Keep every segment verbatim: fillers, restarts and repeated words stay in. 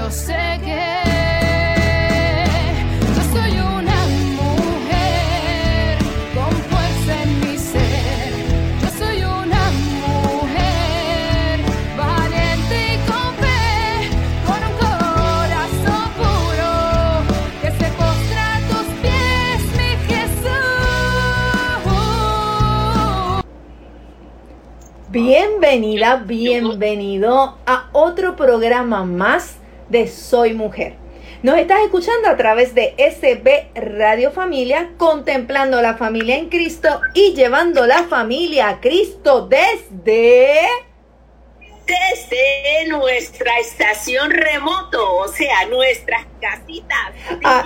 yo sé que yo soy una mujer con fuerza en mi ser. Yo soy una mujer valiente y con fe, con un corazón puro que se postra a tus pies, mi Jesús. Bienvenida, bienvenido a otro programa más de Soy Mujer. Nos estás escuchando a través de S B Radio Familia, contemplando la familia en Cristo y llevando la familia a Cristo desde... Desde nuestra estación remoto, o sea, nuestras casitas. Ah,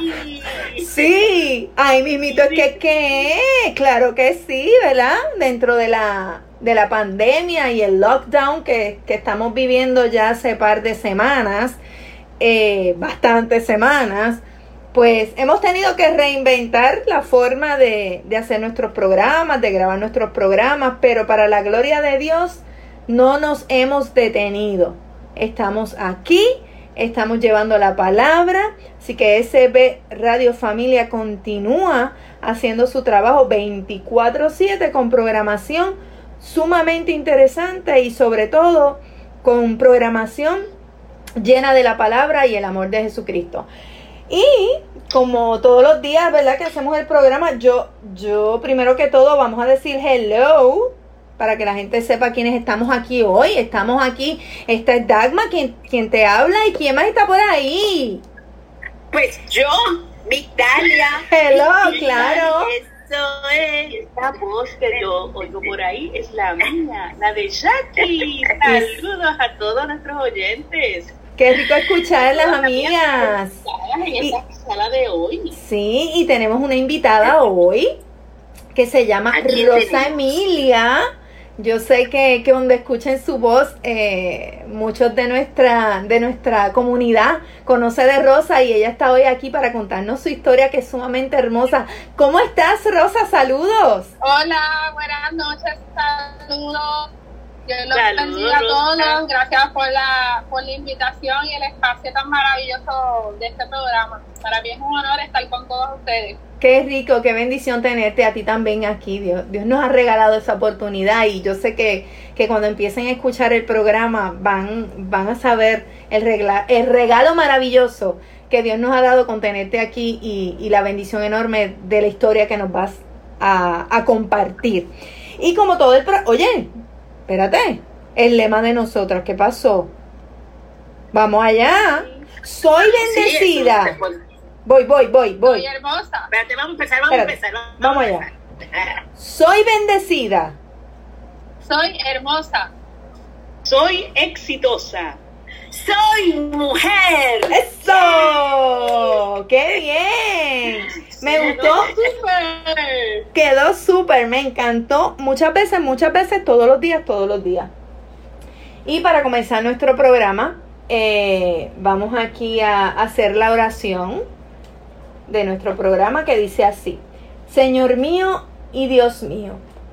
sí, ay, mismito, es que, ¿qué? Claro que sí, ¿verdad? Dentro de la, de la pandemia y el lockdown que, que estamos viviendo ya hace par de semanas, eh, bastantes semanas, pues hemos tenido que reinventar la forma de, de hacer nuestros programas, de grabar nuestros programas, pero para la gloria de Dios no nos hemos detenido. Estamos aquí, estamos llevando la palabra, así que S B Radio Familia continúa haciendo su trabajo veinticuatro siete con programación sumamente interesante y sobre todo con programación llena de la palabra y el amor de Jesucristo. Y como todos los días, ¿verdad?, que hacemos el programa, yo, yo primero que todo vamos a decir hello, para que la gente sepa quiénes estamos aquí hoy. Estamos aquí, esta es Dagma, quien, quien te habla, y quién más está por ahí. Pues yo, Victalia. Hello, Victalia, claro. Eso es, esta voz que yo oigo por ahí es la mía, la de Jackie. Saludos a todos nuestros oyentes. Qué rico escuchar las amigas. En esta sala de hoy. Sí, y tenemos una invitada hoy que se llama Rosa Emilia. Yo sé que, que donde escuchen su voz, eh, muchos de nuestra, de nuestra comunidad conoce de Rosa, y ella está hoy aquí para contarnos su historia, que es sumamente hermosa. ¿Cómo estás, Rosa? Saludos. Hola, buenas noches, saludos. Dios los bendiga a todos. Gracias por la, por la invitación y el espacio tan maravilloso de este programa. Para mí es un honor estar con todos ustedes. Qué rico, qué bendición tenerte a ti también aquí. Dios, Dios nos ha regalado esa oportunidad, y yo sé que, que cuando empiecen a escuchar el programa van, van a saber el, regla, el regalo maravilloso que Dios nos ha dado con tenerte aquí, y, y la bendición enorme de la historia que nos vas a, a compartir. Y como todo el pro... Oye, espérate, el lema de nosotras, ¿qué pasó? Vamos allá. Soy bendecida. Sí, eso, Voy, voy, voy, voy. Soy hermosa. Espérate, vamos a empezar, vamos Espérate, a empezar. Vamos, vamos a allá. empezar. Soy bendecida. Soy hermosa. Soy exitosa. Soy mujer. ¡Eso! ¡Qué bien! Me gustó. Súper. Quedó súper, me encantó. Muchas veces, muchas veces, todos los días, todos los días. Y para comenzar nuestro programa, eh, vamos aquí a hacer la oración de nuestro programa, que dice así: Señor mío y Dios mío,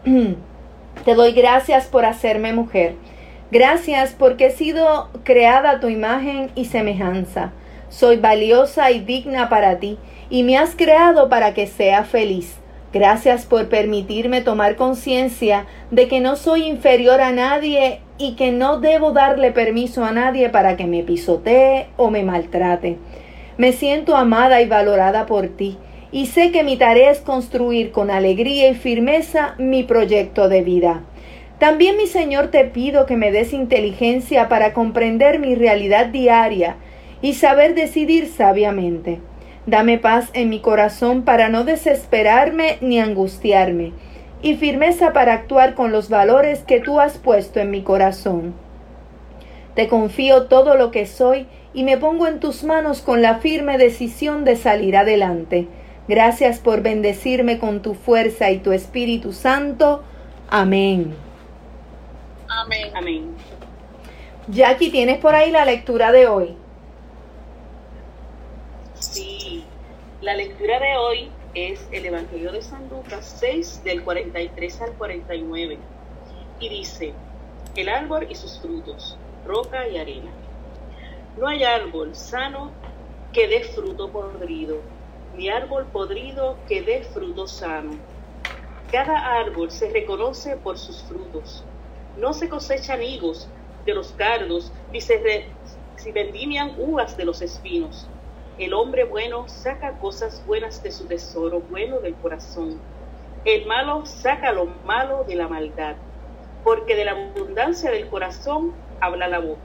te doy gracias por hacerme mujer. Gracias porque he sido creada a tu imagen y semejanza. Soy valiosa y digna para ti, y me has creado para que sea feliz. Gracias por permitirme tomar conciencia de que no soy inferior a nadie y que no debo darle permiso a nadie para que me pisotee o me maltrate. Me siento amada y valorada por ti, y sé que mi tarea es construir con alegría y firmeza mi proyecto de vida. También, mi Señor, te pido que me des inteligencia para comprender mi realidad diaria y saber decidir sabiamente. Dame paz en mi corazón para no desesperarme ni angustiarme, y firmeza para actuar con los valores que tú has puesto en mi corazón. Te confío todo lo que soy y me pongo en tus manos con la firme decisión de salir adelante. Gracias por bendecirme con tu fuerza y tu Espíritu Santo. Amén. Amén. Amén. Jackie, ¿tienes por ahí la lectura de hoy? Sí, la lectura de hoy es el Evangelio de San Lucas seis, del cuarenta y tres al cuarenta y nueve. Y dice: el árbol y sus frutos, roca y arena. No hay árbol sano que dé fruto podrido, ni árbol podrido que dé fruto sano. Cada árbol se reconoce por sus frutos. No se cosechan higos de los cardos, ni se, re, se vendimian uvas de los espinos. El hombre bueno saca cosas buenas de su tesoro bueno del corazón. El malo saca lo malo de la maldad, porque de la abundancia del corazón habla la boca.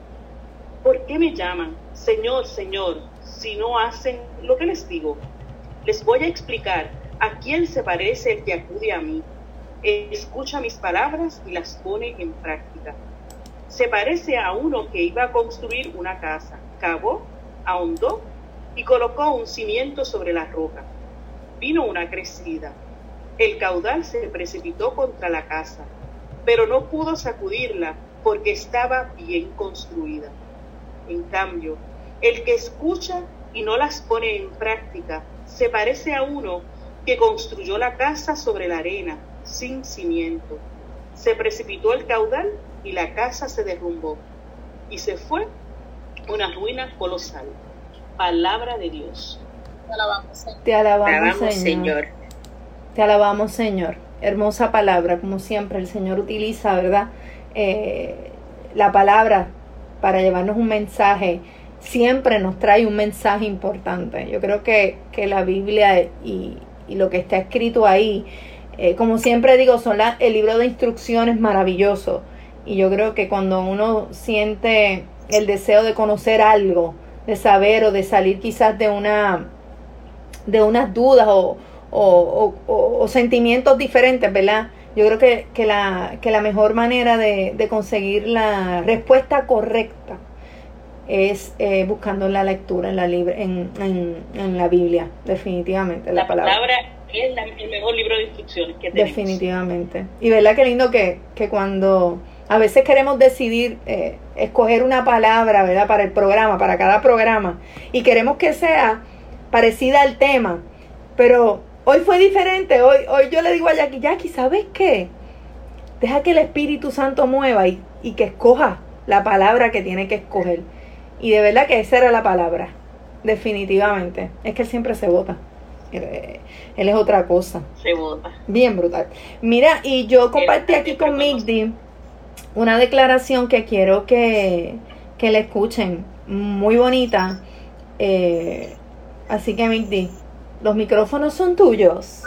¿Por qué me llaman Señor, Señor, si no hacen lo que les digo? Les voy a explicar a quién se parece el que acude a mí. Escucha mis palabras y las pone en práctica. Se parece a uno que iba a construir una casa. Cavó, ahondó y colocó un cimiento sobre la roca. Vino una crecida. El caudal se precipitó contra la casa, pero no pudo sacudirla porque estaba bien construida. En cambio, el que escucha y no las pone en práctica se parece a uno que construyó la casa sobre la arena, sin cimiento. Se precipitó el caudal y la casa se derrumbó, y se fue una ruina colosal. Palabra de Dios. Te alabamos, Señor. Te alabamos, Te alabamos, Señor. Señor. Te alabamos, Señor. Hermosa palabra, como siempre el Señor utiliza, ¿verdad? Eh, la palabra para llevarnos un mensaje. Siempre nos trae un mensaje importante. Yo creo que, que la Biblia y, y lo que está escrito ahí, eh, como siempre digo, son la, el libro de instrucciones maravilloso. Y yo creo que cuando uno siente el deseo de conocer algo, de saber o de salir quizás de una de unas dudas o, o, o, o sentimientos diferentes, ¿verdad? Yo creo que, que, la, que la mejor manera de, de conseguir la respuesta correcta es eh, buscando en la lectura, en la, libre, en, en, en la Biblia, definitivamente. La, La palabra, palabra es la, el mejor libro de instrucciones que tenemos. Definitivamente. Y verdad que lindo que, que cuando a veces queremos decidir eh, escoger una palabra, ¿verdad? Para el programa, para cada programa, y queremos que sea parecida al tema, pero hoy fue diferente. Hoy, hoy yo le digo a Jackie, Jackie, ¿sabes qué? Deja que el Espíritu Santo mueva y, y que escoja la palabra que tiene que escoger. Y de verdad que esa era la palabra, definitivamente. Es que él siempre se vota. Él, él es otra cosa. Se vota. Bien brutal. Mira, y yo compartí aquí con Migdi una declaración que quiero que, que le escuchen. Muy bonita. Eh, así que Migdi, los micrófonos son tuyos.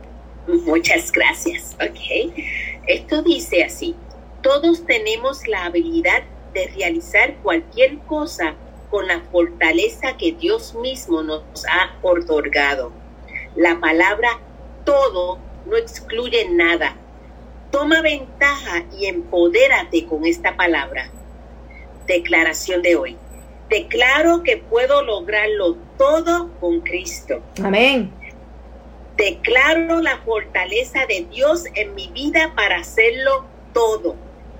Muchas gracias. Ok. Esto dice así: todos tenemos la habilidad de realizar cualquier cosa con la fortaleza que Dios mismo nos ha otorgado. La palabra todo no excluye nada. Toma ventaja y empodérate con esta palabra. Declaración de hoy. Declaro que puedo lograrlo todo con Cristo. Amén. Declaro la fortaleza de Dios en mi vida para hacerlo todo.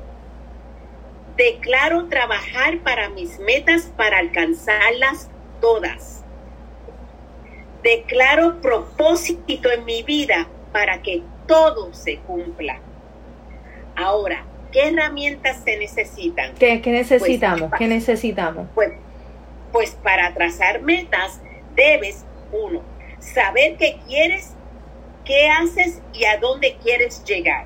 Declaro trabajar para mis metas para alcanzarlas todas. Declaro propósito en mi vida para que todo se cumpla. Ahora, ¿qué herramientas se necesitan? ¿Qué, qué necesitamos? Pues, ¿Qué necesitamos? Pues, pues para trazar metas debes, uno, saber qué quieres, qué haces y a dónde quieres llegar.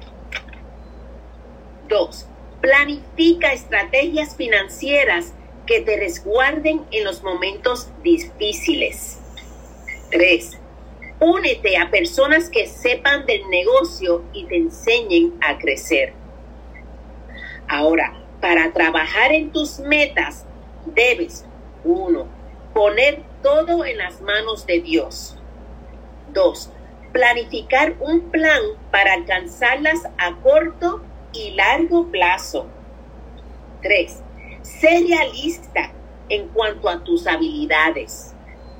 Dos, planifica estrategias financieras que te resguarden en los momentos difíciles. Tres, únete a personas que sepan del negocio y te enseñen a crecer. Ahora, para trabajar en tus metas, debes, uno, poner todo en las manos de Dios. Dos, planificar un plan para alcanzarlas a corto y largo plazo. Tres, sé realista en cuanto a tus habilidades.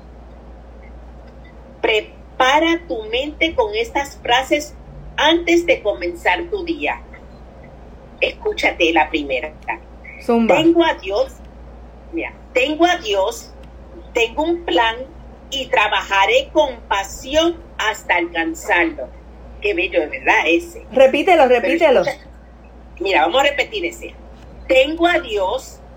Prepara tu mente con estas frases antes de comenzar tu día. Escúchate la primera. Zumba. Tengo a Dios, mira, tengo a Dios, tengo un plan y trabajaré con pasión hasta alcanzarlo. Qué bello, de verdad, ese. Repítelo, repítelo. Mira, vamos a repetir ese. Tengo a Dios,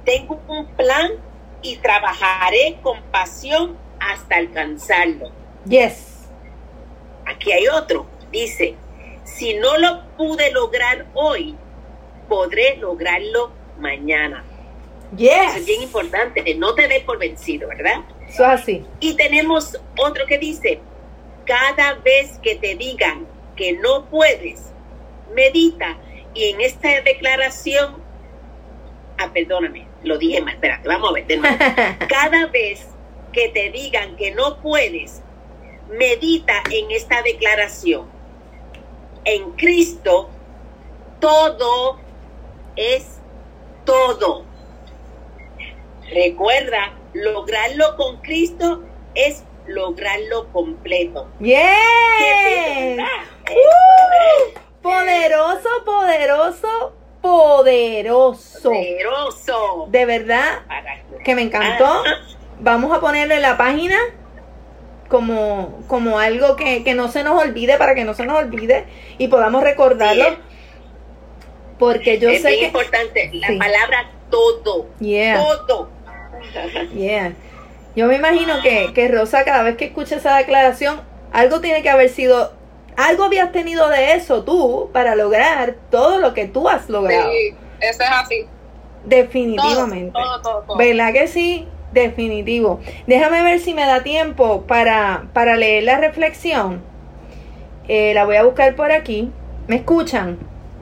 tengo un plan y trabajaré con pasión hasta alcanzarlo. Yes. Aquí hay otro. Dice, si no lo pude lograr hoy, podré lograrlo mañana. Yes. Eso es bien importante. No te des por vencido, ¿verdad? Eso es así. Y tenemos otro que dice, cada vez que te digan que no puedes, medita. Y en esta declaración, ah, perdóname, lo dije mal, espérate, vamos a ver de nuevo. Cada vez que te digan que no puedes, medita en esta declaración. En Cristo, todo es todo. Recuerda, lograrlo con Cristo es lograrlo completo. Yes. ¡Qué Uh, poderoso, poderoso, poderoso. Poderoso. De verdad que me encantó. Vamos a ponerle la página como, como algo que, que no se nos olvide, para que no se nos olvide y podamos recordarlo. Sí, porque yo es sé bien que importante la sí. palabra todo. Yeah. Todo. Yeah. Yo me imagino que, que Rosa, cada vez que escucha esa declaración, algo tiene que haber sido, algo habías tenido de eso tú para lograr todo lo que tú has logrado. Sí, eso es así. Definitivamente. Todo, todo, todo, todo. ¿Verdad que sí? Definitivo. Déjame ver si me da tiempo para, para leer la reflexión. Eh, la voy a buscar por aquí. ¿Me escuchan?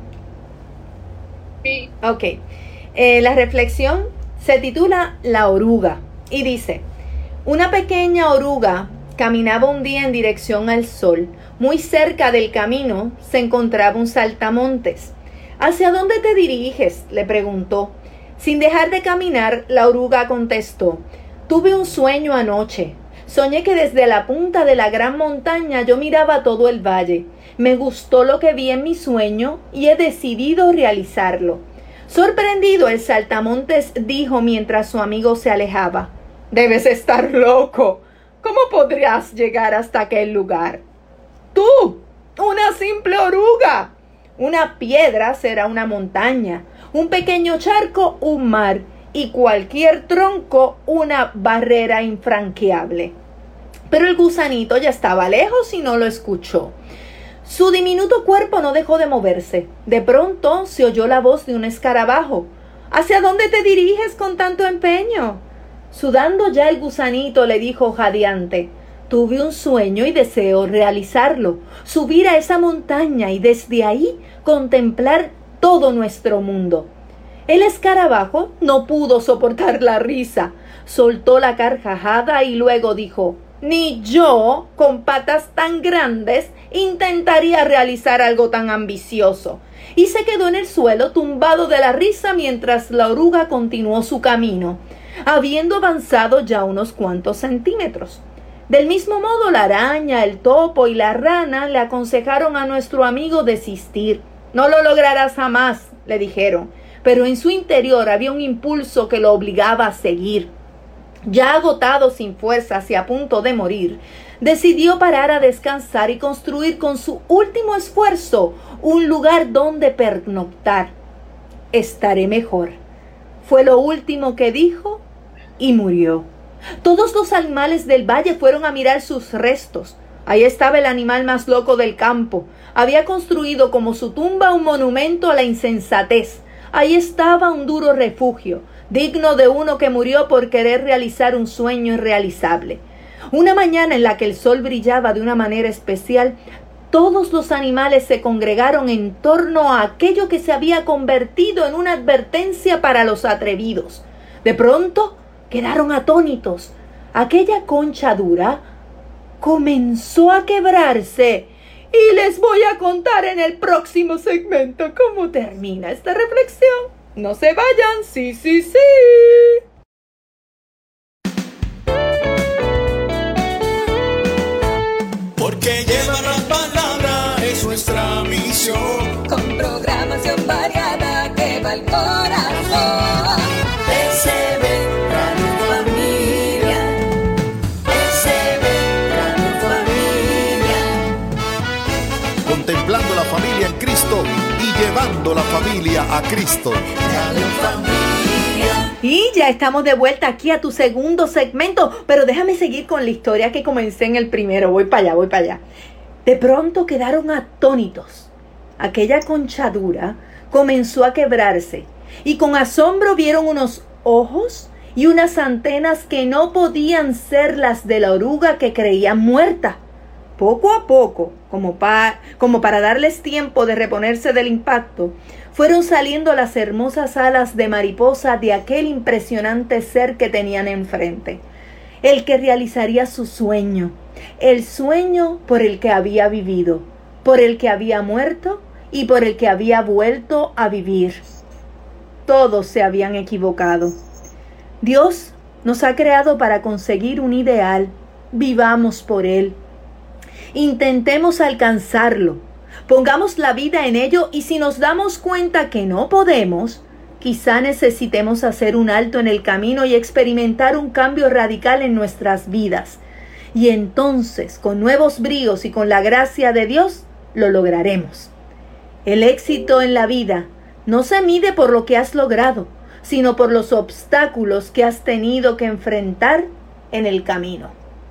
Sí. Ok. Eh, la reflexión se titula La oruga y dice: una pequeña oruga caminaba un día en dirección al sol. Muy cerca del camino se encontraba un saltamontes. ¿Hacia dónde te diriges?, le preguntó. Sin dejar de caminar, la oruga contestó: tuve un sueño anoche. Soñé que desde la punta de la gran montaña yo miraba todo el valle. Me gustó lo que vi en mi sueño y he decidido realizarlo. Sorprendido, el saltamontes dijo mientras su amigo se alejaba: debes estar loco. ¿Cómo podrías llegar hasta aquel lugar? Tú, una simple oruga. Una piedra será una montaña, un pequeño charco un mar y cualquier tronco una barrera infranqueable. Pero el gusanito ya estaba lejos y no lo escuchó. Su diminuto cuerpo no dejó de moverse. De pronto se oyó la voz de un escarabajo. ¿Hacia dónde te diriges con tanto empeño? Sudando ya, el gusanito le dijo jadeante: tuve un sueño y deseo realizarlo, subir a esa montaña y desde ahí contemplar todo nuestro mundo. El escarabajo no pudo soportar la risa, soltó la carcajada y luego dijo: ni yo, con patas tan grandes, intentaría realizar algo tan ambicioso. Y se quedó en el suelo tumbado de la risa mientras la oruga continuó su camino, habiendo avanzado ya unos cuantos centímetros. Del mismo modo, la araña, el topo y la rana le aconsejaron a nuestro amigo desistir. No lo lograrás jamás, le dijeron, pero en su interior había un impulso que lo obligaba a seguir. Ya agotado, sin fuerzas y a punto de morir, decidió parar a descansar y construir con su último esfuerzo un lugar donde pernoctar. Estaré mejor, fue lo último que dijo y murió. Todos los animales del valle fueron a mirar sus restos. Ahí estaba el animal más loco del campo. Había construido como su tumba un monumento a la insensatez. Ahí estaba un duro refugio, digno de uno que murió por querer realizar un sueño irrealizable. Una mañana en la que el sol brillaba de una manera especial, todos los animales se congregaron en torno a aquello que se había convertido en una advertencia para los atrevidos. De pronto quedaron atónitos. Aquella concha dura comenzó a quebrarse. Y les voy a contar en el próximo segmento cómo termina esta reflexión. No se vayan, sí, sí, sí. Porque llevar la palabra es nuestra misión. Con programación variada que va al corazón. S B Radio Familia. S B Radio Familia. Contemplando la familia en Cristo y llevando la familia a Cristo. Radio Familia. Y ya estamos de vuelta aquí a tu segundo segmento, pero déjame seguir con la historia que comencé en el primero. Voy para allá, voy para allá. De pronto quedaron atónitos. Aquella conchadura comenzó a quebrarse y con asombro vieron unos ojos y unas antenas que no podían ser las de la oruga que creían muerta. Poco a poco, como, pa- como para darles tiempo de reponerse del impacto, fueron saliendo las hermosas alas de mariposa de aquel impresionante ser que tenían enfrente, el que realizaría su sueño, el sueño por el que había vivido, por el que había muerto y por el que había vuelto a vivir. Todos se habían equivocado. Dios nos ha creado para conseguir un ideal. Vivamos por él. Intentemos alcanzarlo. Pongamos la vida en ello y si nos damos cuenta que no podemos, quizá necesitemos hacer un alto en el camino y experimentar un cambio radical en nuestras vidas. Y entonces, con nuevos bríos y con la gracia de Dios, lo lograremos. El éxito en la vida no se mide por lo que has logrado, sino por los obstáculos que has tenido que enfrentar en el camino.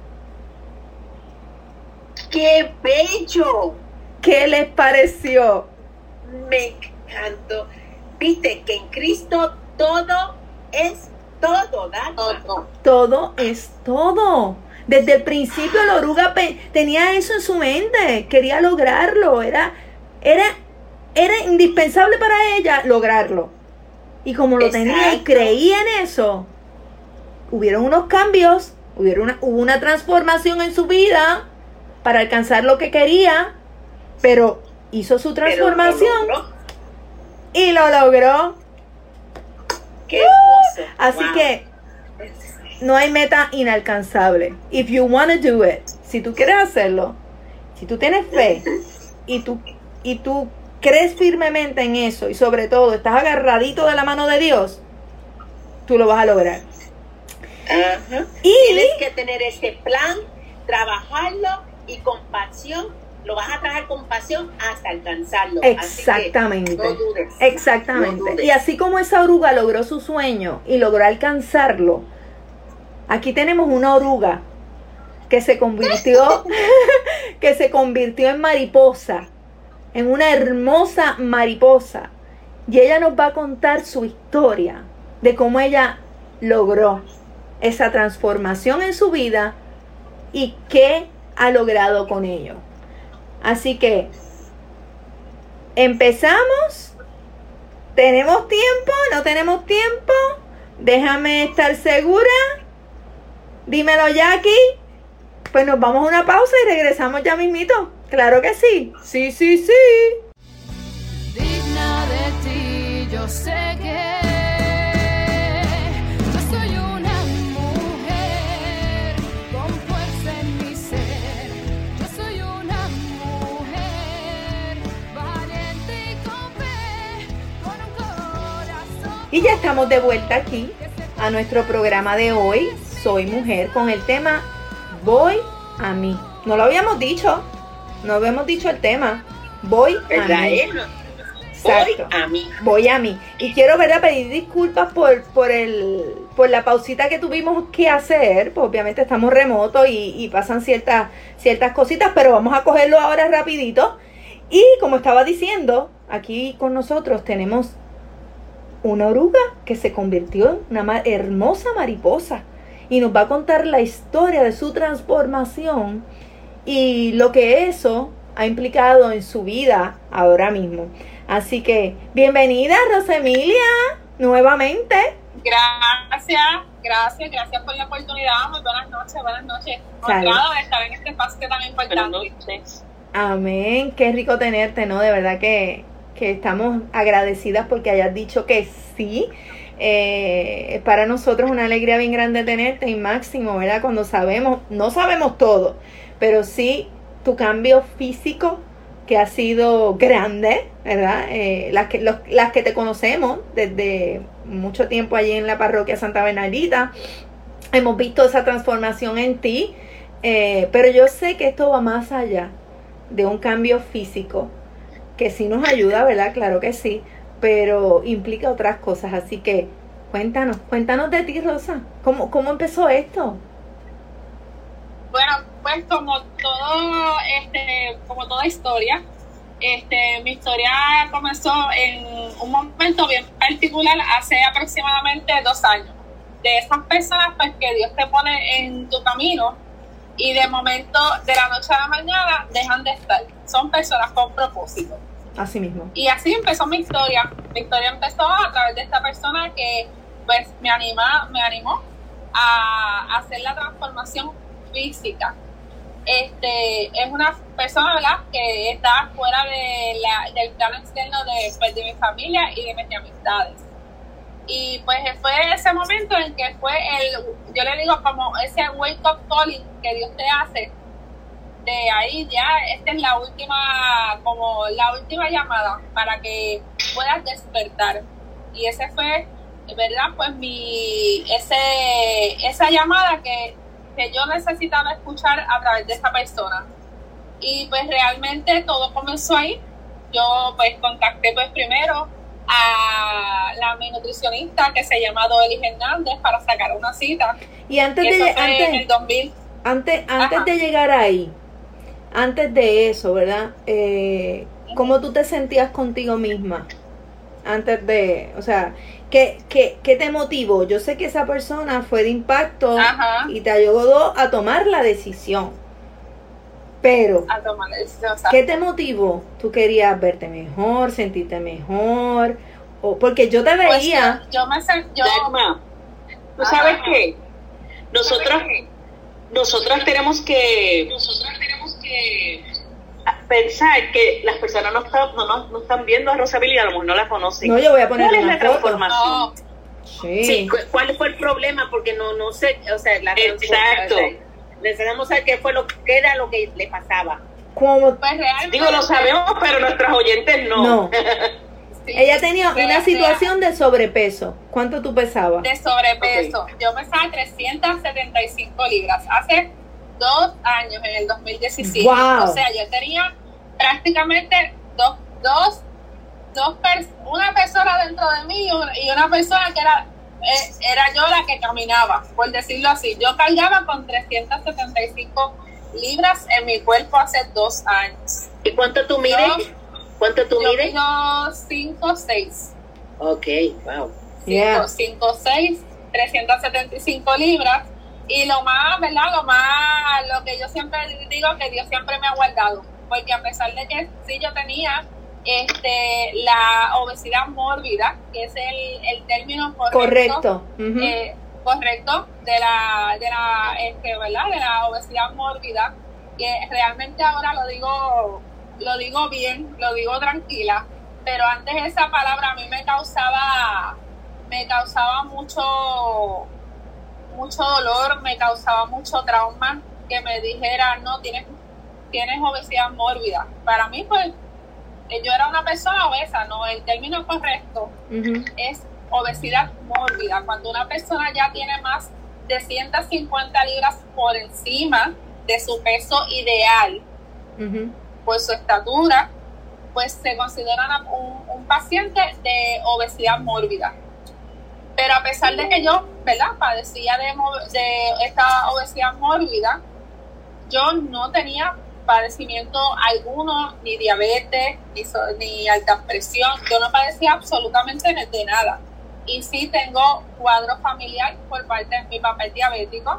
¡Qué bello! ¿Qué les pareció? Me encantó. Viste que en Cristo todo es todo, ¿verdad? Todo. Todo es todo. Desde el principio la oruga pe- tenía eso en su mente, quería lograrlo, era, era, era indispensable para ella lograrlo. Y como lo tenía y Exacto. creía en eso, hubieron unos cambios, hubieron una, hubo una transformación en su vida para alcanzar lo que quería, pero hizo su Pero lo transformación logró. y lo logró. ¡Qué hermoso! Así Wow. que no hay meta inalcanzable. If you want to do it, si tú quieres hacerlo, si tú tienes fe y tú, y tú crees firmemente en eso y sobre todo estás agarradito de la mano de Dios, tú lo vas a lograr. Ajá. Y Tienes que tener ese plan, trabajarlo y con pasión, lo vas a trabajar con pasión hasta alcanzarlo. exactamente, Así que no dudes. exactamente. No dudes. Y así como esa oruga logró su sueño y logró alcanzarlo, aquí tenemos una oruga que se convirtió, que se convirtió en mariposa, en una hermosa mariposa. Y ella nos va a contar su historia de cómo ella logró esa transformación en su vida y qué ha logrado con ello. Así que empezamos. ¿Tenemos tiempo? ¿No tenemos tiempo? Déjame estar segura. Dímelo, Jackie. Pues nos vamos a una pausa y regresamos ya mismito. Claro que sí. Sí, sí, sí. Digna de ti, yo sé que yo soy una mujer con fuerza en mi ser. Yo soy una mujer valiente y con fe, con un corazón. Y ya estamos de vuelta aquí a nuestro programa de hoy. Soy mujer con el tema Voy a mí. No lo habíamos dicho. No habíamos dicho el tema. Voy a ¿Verdad? mí. eh? Voy Exacto. a mí. Voy a mí. Y quiero, ¿verdad?, pedir disculpas por, por el por la pausita que tuvimos que hacer. Pues obviamente estamos remotos y, y pasan ciertas, ciertas cositas, pero vamos a cogerlo ahora rapidito. Y como estaba diciendo, aquí con nosotros tenemos una oruga que se convirtió en una ma- hermosa mariposa. Y nos va a contar la historia de su transformación y lo que eso ha implicado en su vida ahora mismo. Así que, bienvenida, Rosa Emilia, nuevamente. Gracias, gracias, gracias por la oportunidad. Muy buenas noches, buenas noches. Salud. Honrado de estar en este espacio tan importante. Buenas noches. Amén, qué rico tenerte, ¿no? De verdad que, que estamos agradecidas porque hayas dicho que sí. Eh, para nosotros una alegría bien grande tenerte y máximo, ¿verdad? Cuando sabemos, no sabemos todo, pero sí tu cambio físico que ha sido grande, ¿verdad? Eh, las, que, los, las que te conocemos desde mucho tiempo allí en la parroquia Santa Bernardita, hemos visto esa transformación en ti, eh, pero yo sé que esto va más allá de un cambio físico, que sí nos ayuda, ¿verdad? Claro que sí, pero implica otras cosas, así que Cuéntanos, cuéntanos de ti, Rosa. ¿Cómo, cómo empezó esto? Bueno, pues como todo, este, como toda historia, este, mi historia comenzó en un momento bien particular hace aproximadamente dos años. De esas personas, pues, que Dios te pone en tu camino y de momento, de la noche a la mañana, dejan de estar. Son personas con propósito. Así mismo. Y así empezó mi historia. Mi historia empezó a través de esta persona que pues me anima, me animó a hacer la transformación física. Este es una persona, ¿verdad?, que está fuera de la, del plano externo de, pues, de mi familia y de mis amistades. Y pues fue ese momento en que fue el, yo le digo como ese wake up calling que Dios te hace. De ahí ya, esta es la última, como la última llamada para que puedas despertar. Y ese fue, ¿verdad? Pues mi, ese, esa llamada que, que yo necesitaba escuchar a través de esta persona. Y pues realmente todo comenzó ahí. Yo pues contacté pues primero a la mi nutricionista que se llama Doelis Hernández para sacar una cita. Y antes Eso de, fue antes, en el dos mil. antes, antes Ajá. de llegar ahí, antes de eso, ¿verdad? Eh, ¿Cómo tú te sentías contigo misma? Antes de, o sea, ¿qué, qué, qué te motivó? Yo sé que esa persona fue de impacto Ajá. y te ayudó a tomar la decisión. Pero, A tomar la decisión, o sea, ¿qué te motivó? ¿Tú querías verte mejor, sentirte mejor? O, porque yo te pues, veía... yo, yo me sen- yo Dagmar, ¿tú Ajá. sabes qué? Nosotros, nosotros tenemos que, nosotros tenemos que pensar que las personas no están, no, no, no están viendo a Rosabel y a lo mejor no la conocen. No, yo voy a poner ¿Cuál es una la foto. transformación? no, Sí. Sí, cu- ¿cuál fue el problema? Porque no, no sé, o sea, la Exacto. o sea, necesitamos saber qué fue lo qué era lo que le pasaba. Como pues realmente Digo, lo sabemos, pero nuestros oyentes no. no. sí, Ella tenía real- una situación de sobrepeso. ¿Cuánto tú pesabas? de sobrepeso. Yo pesaba trescientas setenta y cinco libras hace dos años, en el dos mil diecisiete. Wow. O sea, yo tenía prácticamente dos, dos, dos pers- una persona dentro de mí y una, y una persona que era, eh, era yo la que caminaba, por decirlo así. Yo cargaba con trescientas setenta y cinco libras en mi cuerpo hace dos años. ¿Y cuánto tú mides? Yo- ¿Cuánto tú Yo mides? mido cinco seis. Ok, wow. Yeah. cinco seis, trescientas setenta y cinco libras. Y lo más, ¿verdad? Lo más, lo que yo siempre digo que Dios siempre me ha guardado. Porque a pesar de que sí yo tenía este la obesidad mórbida, que es el, el término correcto, Correcto. Ujú. eh, correcto de la, de la, este, ¿verdad? De la obesidad mórbida, que realmente ahora lo digo, lo digo bien, lo digo tranquila, pero antes esa palabra a mí me causaba, me causaba mucho, mucho dolor, me causaba mucho trauma que me dijera, no, tienes, tienes obesidad mórbida. Para mí, pues, yo era una persona obesa, no, el término correcto Ujú. es obesidad mórbida, cuando una persona ya tiene más de ciento cincuenta libras por encima de su peso ideal Ujú. por su estatura, pues se considera una- un, un paciente de obesidad mórbida. Pero a pesar de que yo, ¿verdad?, padecía de, mo- de esta obesidad mórbida, yo no tenía padecimiento alguno, ni diabetes, ni, so- ni alta presión, yo no padecía absolutamente de nada. Y sí tengo cuadro familiar por parte de mi papá es diabético,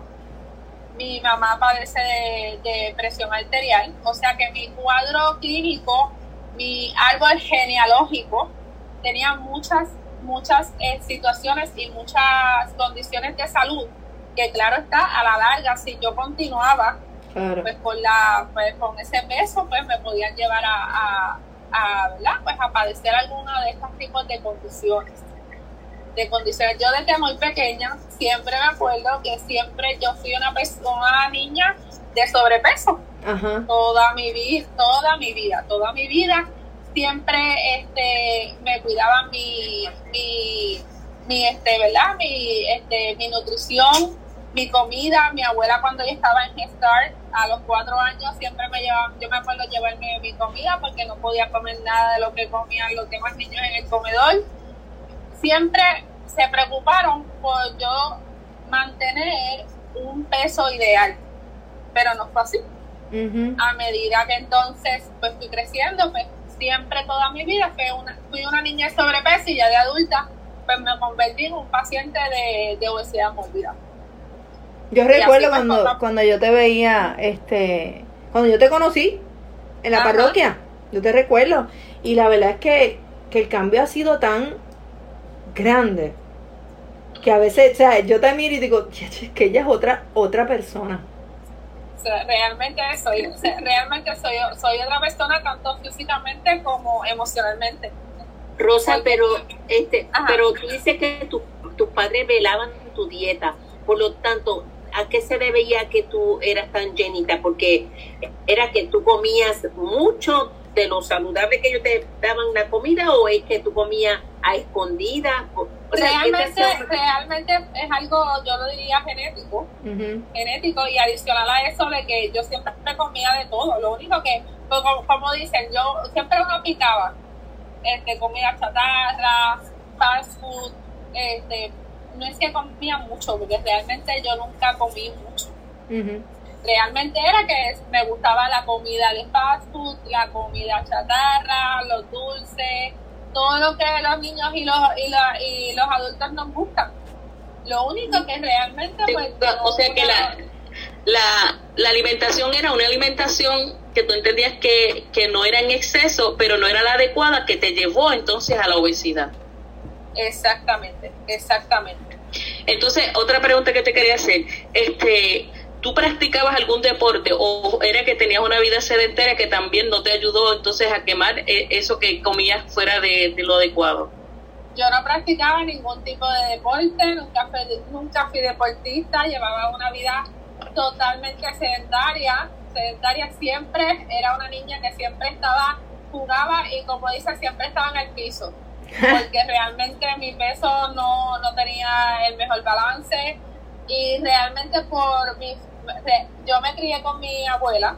mi mamá padece de, de presión arterial, o sea que mi cuadro clínico, mi árbol genealógico, tenía muchas, muchas eh, situaciones y muchas condiciones de salud, que claro está, a la larga, si yo continuaba Claro. pues con la pues con ese peso, pues me podían llevar a, a, a, ¿verdad?, pues a padecer alguna de estos tipos de condiciones. De condiciones. Yo desde muy pequeña siempre me acuerdo que siempre yo fui una persona, una niña de sobrepeso. Ajá. Toda mi vida, toda mi vida, toda mi vida siempre este me cuidaba mi mi mi este, ¿verdad? Mi este mi nutrición, mi comida. Mi abuela, cuando yo estaba en Head Start a los cuatro años, siempre me llevaba, yo me acuerdo llevarme mi comida porque no podía comer nada de lo que comían los demás niños en el comedor. Siempre, se preocuparon por yo mantener un peso ideal, pero no fue así. Uh-huh. A medida que entonces pues fui creciendo, pues siempre toda mi vida fui una, fui una niña de sobrepeso y ya de adulta pues me convertí en un paciente de, de obesidad mórbida. Yo recuerdo cuando, cuando, cuando yo te veía, este, cuando yo te conocí en la Ajá. parroquia, yo te recuerdo, y la verdad es que, que el cambio ha sido tan grande, que a veces, o sea, yo te miro y digo, es que ella es otra, otra persona. O sea, realmente soy, o sea, realmente soy, soy otra persona, tanto físicamente como emocionalmente. Rosa, Porque, pero, este, pero tú dices que tu, tus padres velaban tu dieta, por lo tanto, ¿a qué se debía que tú eras tan llenita? Porque era que tú comías mucho de lo saludable que ellos te daban la comida, o es que tú comías a escondidas. O sea, realmente, realmente es algo, yo lo diría genético, uh-huh. genético, y adicional a eso de que yo siempre comía de todo. Lo único que, como, como dicen, yo siempre uno picaba, este, comida chatarra, fast food, este, no es que comía mucho, porque realmente yo nunca comí mucho. Uh-huh. Realmente era que me gustaba la comida de fast food, la comida chatarra, los dulces, todo lo que los niños y los y, la, y los adultos nos gustan. Lo único que realmente pues, o sea que la, la la alimentación era una alimentación que tú entendías que, que no era en exceso, pero no era la adecuada, que te llevó entonces a la obesidad. Exactamente, exactamente. Entonces, otra pregunta que te quería hacer, este, ¿tú practicabas algún deporte o era que tenías una vida sedentaria que también no te ayudó entonces a quemar eso que comías fuera de, de lo adecuado? Yo no practicaba ningún tipo de deporte, nunca fui, nunca fui deportista, llevaba una vida totalmente sedentaria, sedentaria siempre, era una niña que siempre estaba, jugaba y como dice, siempre estaba en el piso, porque realmente mi peso no, no tenía el mejor balance y realmente por mi, yo me crié con mi abuela,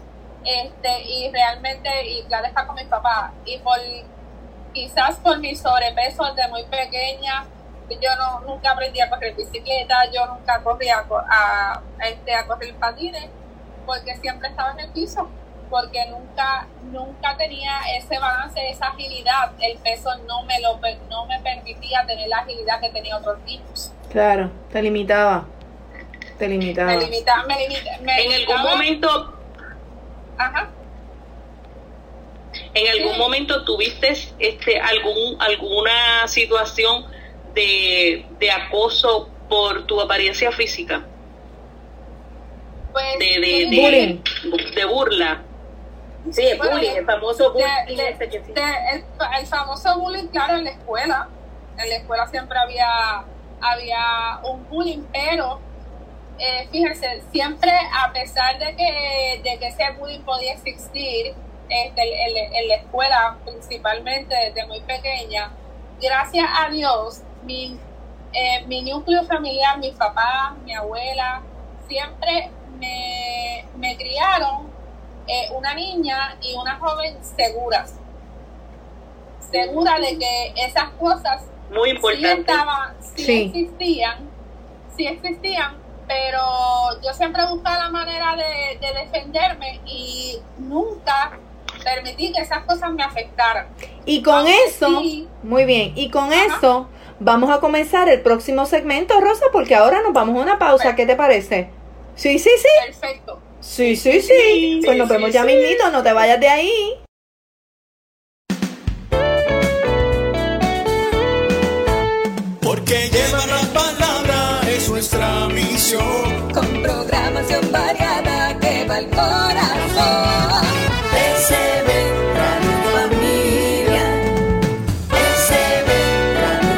este y realmente, y claro está con mis papás, y por quizás por mi sobrepeso desde muy pequeña, yo no nunca aprendí a correr bicicleta, yo nunca corría a, a, este, a correr patines, porque siempre estaba en el piso, porque nunca nunca tenía ese balance, esa agilidad. El peso no me lo no me permitía tener la agilidad que tenía otros niños. Claro, te limitaba. Te limitaba. Me limitaba, me limitaba. Me en limitaba. algún momento. Ajá. En algún sí. momento tuviste este algún alguna situación de, de acoso por tu apariencia física. Pues, de, de, de, de, de burla. Sí, el bueno, bullying, el famoso bullying. De, de, de, de, el, el famoso bullying, claro, en la escuela. En la escuela siempre había, había un bullying, pero eh, fíjense, siempre a pesar de que, de que ese bullying podía existir este, en, en la escuela, principalmente desde muy pequeña, gracias a Dios, mi, eh, mi núcleo familiar, mis papás, mi abuela, siempre me, me criaron eh, una niña y una joven seguras, segura de que esas cosas muy importante. sí estaban, sí, sí existían, sí existían, pero yo siempre buscaba la manera de, de defenderme y nunca permití que esas cosas me afectaran. Y con Aunque eso, sí, muy bien, y con ajá. eso vamos a comenzar el próximo segmento, Rosa, porque ahora nos vamos a una pausa. Perfecto. ¿Qué te parece? Sí, sí, sí. Perfecto. Sí, sí, sí. sí pues sí, nos vemos sí, ya sí. mismito, no te vayas de ahí. Porque llevar la palabra es nuestra misión. Con programación variada que va al corazón. S B Radio Familia. S B Radio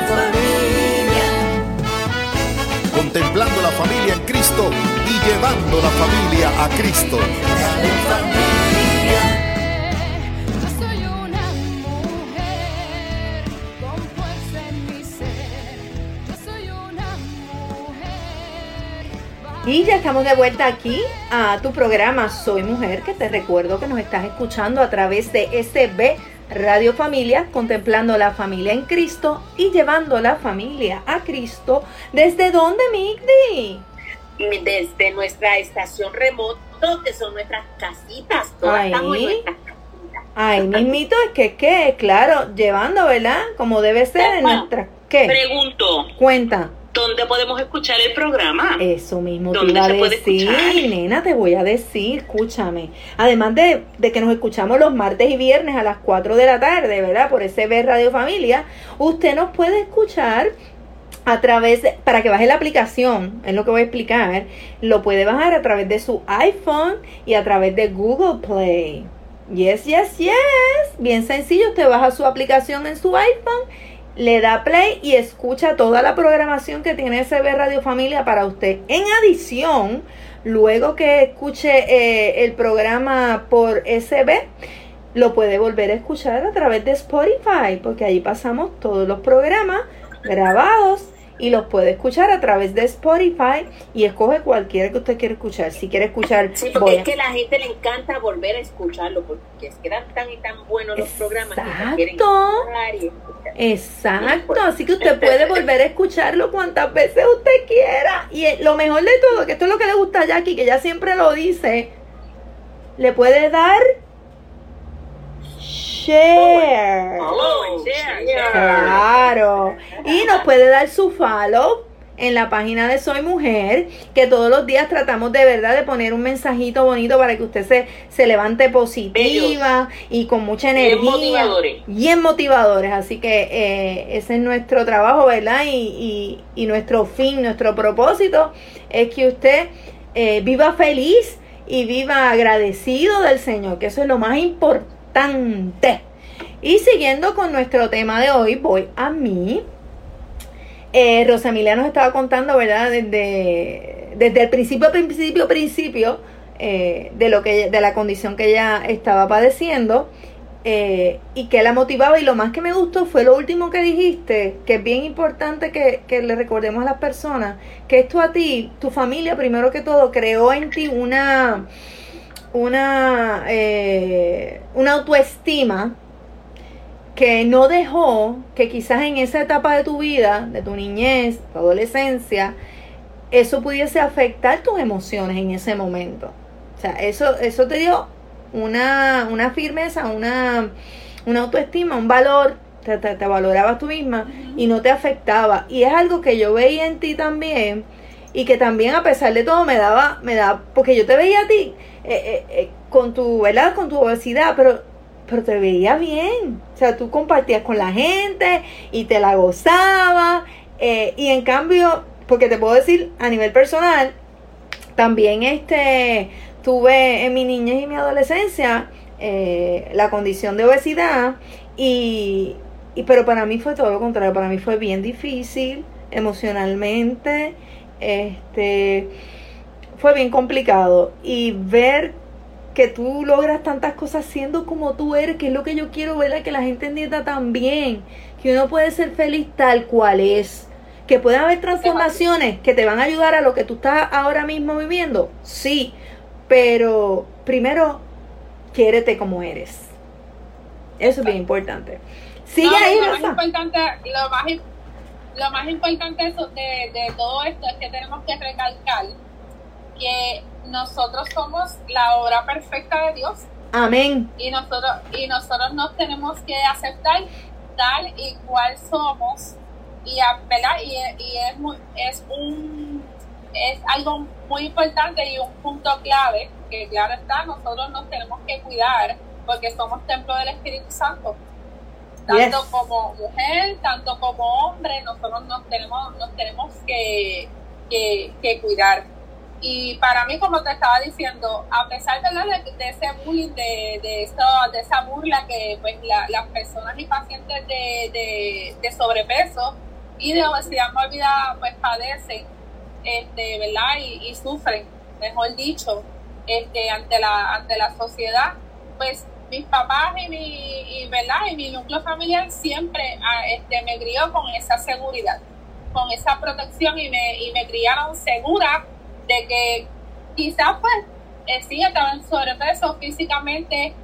Familia. Contemplando la familia en Cristo y llevando la familia a Cristo. Radio Familia. Yo soy una mujer con fuerza en mi ser. Yo soy una mujer. Y ya estamos de vuelta aquí a tu programa Soy Mujer, que te recuerdo que nos estás escuchando a través de S B Radio Familia, contemplando la familia en Cristo y llevando la familia a Cristo. ¿Desde dónde, Migdi? Desde nuestra estación remoto, que son nuestras casitas. Todas Ay. estamos en nuestras casitas. Ay, mismito, es que, que, claro, llevando, ¿verdad? Como debe ser en Epa, nuestra... ¿Qué? Pregunto, Cuenta. ¿dónde podemos escuchar el programa? Eso mismo te ¿Dónde iba a se puede decir, escuchar? nena, te voy a decir, escúchame. Además de, de que nos escuchamos los martes y viernes a las cuatro de la tarde, ¿verdad? Por S B Radio Familia, usted nos puede escuchar a través, de, para que baje la aplicación, es lo que voy a explicar, lo puede bajar a través de su iPhone y a través de Google Play. Yes, yes, yes. Bien sencillo, usted baja su aplicación en su iPhone, le da play y escucha toda la programación que tiene S B Radio Familia para usted. En adición, luego que escuche eh, el programa por S B, lo puede volver a escuchar a través de Spotify, porque allí pasamos todos los programas grabados y los puede escuchar a través de Spotify y escoge cualquiera que usted quiera escuchar. Si quiere escuchar... Sí, porque es que a la gente le encanta volver a escucharlo, porque es que eran tan y tan buenos los programas que se quieren escuchar y escuchar. Exacto, así que usted puede volver a escucharlo cuantas veces usted quiera. Y lo mejor de todo, que esto es lo que le gusta a Jackie, que ella siempre lo dice, le puede dar share. Oh, share, share. Claro. Y nos puede dar su follow en la página de Soy Mujer, que todos los días tratamos de verdad de poner un mensajito bonito para que usted se, se levante positiva y con mucha energía. Bien motivadores. Bien motivadores. Así que eh, ese es nuestro trabajo, ¿verdad? Y, y, y nuestro fin, nuestro propósito es que usted eh, viva feliz y viva agradecido del Señor, que eso es lo más importante. Y siguiendo con nuestro tema de hoy, voy a mí. Eh, Rosamilia nos estaba contando, ¿verdad? Desde, desde el principio, principio, principio eh, de lo que de la condición que ella estaba padeciendo eh, y que la motivaba. Y lo más que me gustó fue lo último que dijiste, que es bien importante que, que le recordemos a las personas que esto a ti, tu familia, primero que todo, creó en ti una una eh, una autoestima que no dejó que quizás en esa etapa de tu vida, de tu niñez, tu adolescencia, eso pudiese afectar tus emociones en ese momento. O sea, eso, eso te dio una, una firmeza, una, una autoestima, un valor, te, te, te valorabas tú misma y no te afectaba. Y es algo que yo veía en ti también y que también a pesar de todo me daba, me daba, porque yo te veía a ti eh, eh, eh, con tu, ¿verdad? Con tu obesidad, pero pero te veía bien, o sea, tú compartías con la gente y te la gozabas, eh, y en cambio, porque te puedo decir a nivel personal, también este tuve en mi niñez y mi adolescencia eh, la condición de obesidad y, y pero para mí fue todo lo contrario, para mí fue bien difícil emocionalmente, este fue bien complicado y ver que tú logras tantas cosas siendo como tú eres, que es lo que yo quiero, ¿verdad? Que la gente entienda también, que uno puede ser feliz tal cual es, que pueden haber transformaciones que te van a ayudar a lo que tú estás ahora mismo viviendo, sí, pero primero, quiérete como eres. Eso es bien importante. Sigue no, ahí, lo Rosa. Más importante, lo, más, lo más importante de, de, de todo esto es que tenemos que recalcar que nosotros somos la obra perfecta de Dios. Amén. Y nosotros, y nosotros nos tenemos que aceptar tal y cual somos. Y, ¿verdad? y, y es, muy, es, un, es algo muy importante y un punto clave, que claro está, nosotros nos tenemos que cuidar porque somos templo del Espíritu Santo. Tanto yes. como mujer, tanto como hombre, nosotros nos tenemos, nos tenemos que, que, que cuidar. Y para mí, como te estaba diciendo, a pesar de, de, de ese bullying, de, de, esto, de esa burla que pues la, las personas y pacientes de, de, de sobrepeso y de obesidad mórbida pues padecen, este, ¿verdad? Y, y sufren, mejor dicho, este, ante la ante la sociedad, pues mis papás y mi, y, ¿verdad? Y mi núcleo familiar siempre este, me crió con esa seguridad, con esa protección y me, y me criaron segura de que quizás pues eh, sí estaba en sobrepeso físicamente,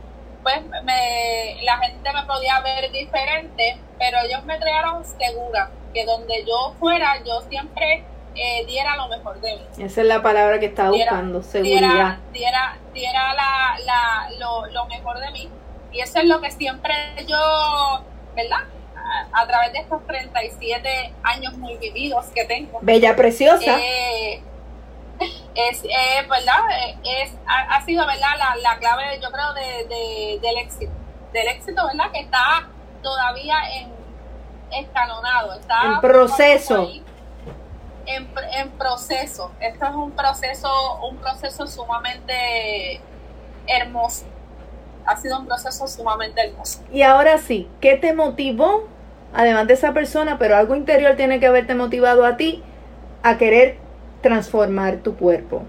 pues me, la gente me podía ver diferente, pero ellos me crearon segura, que donde yo fuera, yo siempre eh, diera lo mejor de mí. Esa es la palabra que estaba diera, buscando, seguridad. Diera, diera, diera la, la, lo, lo mejor de mí. Y eso es lo que siempre yo, ¿verdad? A, a través de estos treinta y siete años muy vividos que tengo. Bella preciosa. Eh, es, eh, ¿verdad? Es, ha, ha sido, ¿verdad? La, la clave, yo creo, de, de, del éxito. Del éxito, ¿verdad? Que está todavía en escalonado. Está en proceso. Ahí, en, en proceso. Esto es un proceso, un proceso sumamente hermoso. Ha sido un proceso sumamente hermoso. Y ahora sí, ¿qué te motivó, además de esa persona, pero algo interior tiene que haberte motivado a ti a querer transformar tu cuerpo?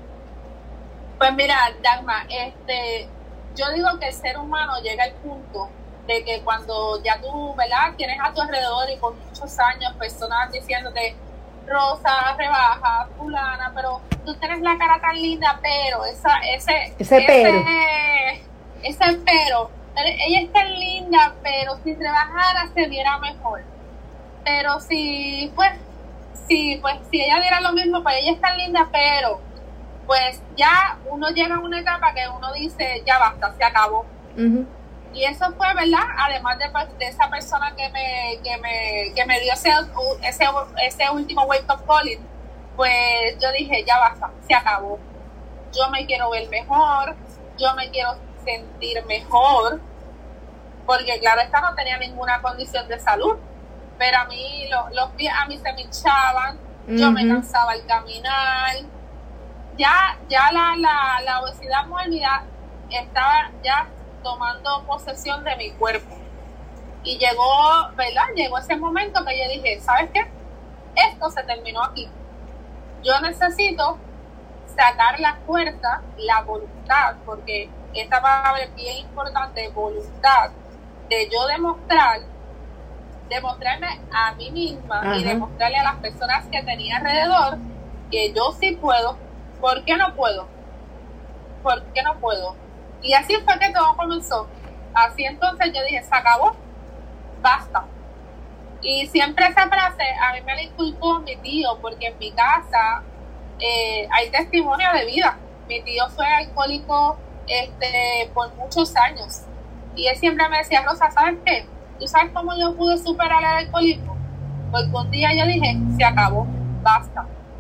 Pues mira, Dagma, este, yo digo que el ser humano llega al punto de que cuando ya tú, ¿verdad?, tienes a tu alrededor y por muchos años personas diciéndote, Rosa, rebaja, fulana, pero tú tienes la cara tan linda, pero esa, ese, ese pero. Ese, ese pero, ella es tan linda, pero si trabajara se viera mejor. Pero si, pues, si, pues, si ella diera lo mismo, pues ella es tan linda, pero, pues ya uno llega a una etapa que uno dice, ya basta, se acabó. Uh-huh. Y eso fue, ¿verdad? Además de, pues, de esa persona que me, que me, que me dio ese, ese, ese último wake up calling, pues yo dije, ya basta, se acabó. Yo me quiero ver mejor, yo me quiero sentir mejor, porque claro, esta no tenía ninguna condición de salud, pero a mí lo, los pies a mí se me hinchaban, uh-huh. Yo me cansaba al caminar, ya, ya la, la, la obesidad mórbida estaba ya tomando posesión de mi cuerpo, y llegó, ¿verdad? Llegó ese momento que yo dije, ¿sabes qué? Esto se terminó aquí. Yo necesito sacar la fuerza, la voluntad, porque esta palabra es bien importante, voluntad, de yo demostrar, demostrarme a mí misma, ajá, y demostrarle a las personas que tenía alrededor que yo sí puedo. ¿Por qué no puedo? ¿Por qué no puedo? Y así fue que todo comenzó. Así entonces yo dije, se acabó, basta. Y siempre esa frase a mí me la inculcó mi tío, porque en mi casa eh, hay testimonio de vida. Mi tío fue alcohólico este, por muchos años. Y él siempre me decía, Rosa, ¿sabes qué? ¿Tú sabes cómo yo pude superar el alcoholismo? Porque un día yo dije, se acabó, basta.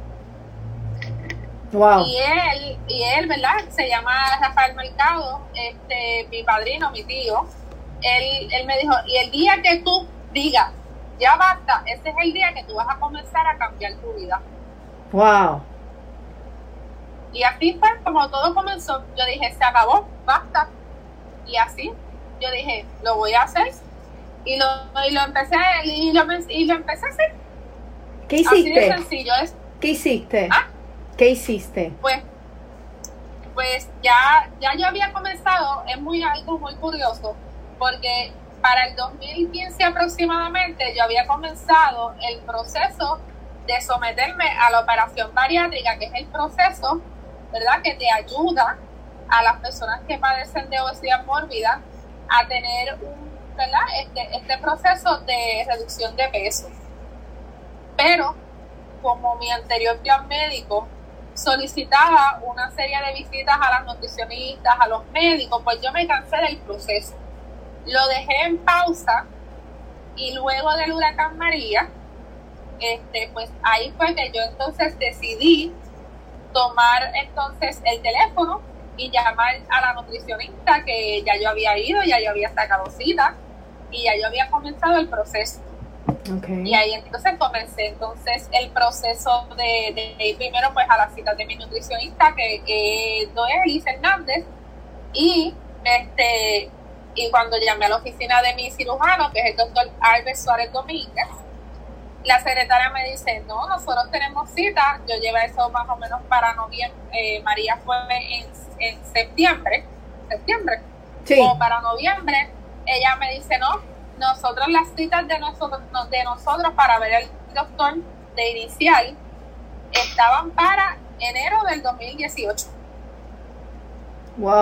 Wow. Y él, y él, ¿verdad? Se llama Rafael Mercado, este, mi padrino, mi tío. Él, él me dijo, y el día que tú digas, ya basta, ese es el día que tú vas a comenzar a cambiar tu vida. Wow. Y así fue como todo comenzó. Yo dije, se acabó, basta. Y así, yo dije, lo voy a hacer. Y lo, y lo empecé, y lo, y lo empecé a hacer. ¿Qué hiciste? Así de sencillo es. ¿Qué hiciste? ¿Ah? ¿Qué hiciste? Pues, pues ya, ya yo había comenzado, es muy algo muy curioso, porque para el dos mil quince aproximadamente yo había comenzado el proceso de someterme a la operación bariátrica, que es el proceso, ¿verdad?, que te ayuda a las personas que padecen de obesidad mórbida a tener un, ¿verdad?, este, este proceso de reducción de peso. Pero como mi anterior plan médico solicitaba una serie de visitas a las nutricionistas, a los médicos, pues yo me cansé del proceso. Lo dejé en pausa, y luego del huracán María, este, pues ahí fue que yo entonces decidí tomar entonces el teléfono y llamar a la nutricionista, que ya yo había ido, ya yo había sacado cita y ya yo había comenzado el proceso. Okay. Y ahí entonces comencé entonces el proceso de, de, de ir primero pues a la cita de mi nutricionista, que es Doelis Hernández, y este y cuando llamé a la oficina de mi cirujano, que es el doctor Albert Suárez Domínguez, la secretaria me dice, no, nosotros tenemos cita. Yo llevé eso más o menos para noviembre, eh, María fue en, en septiembre, septiembre, sí. O para noviembre. Ella me dice, no, nosotros las citas de nosotros, de nosotros para ver al doctor de inicial estaban para enero del dos mil dieciocho. Wow.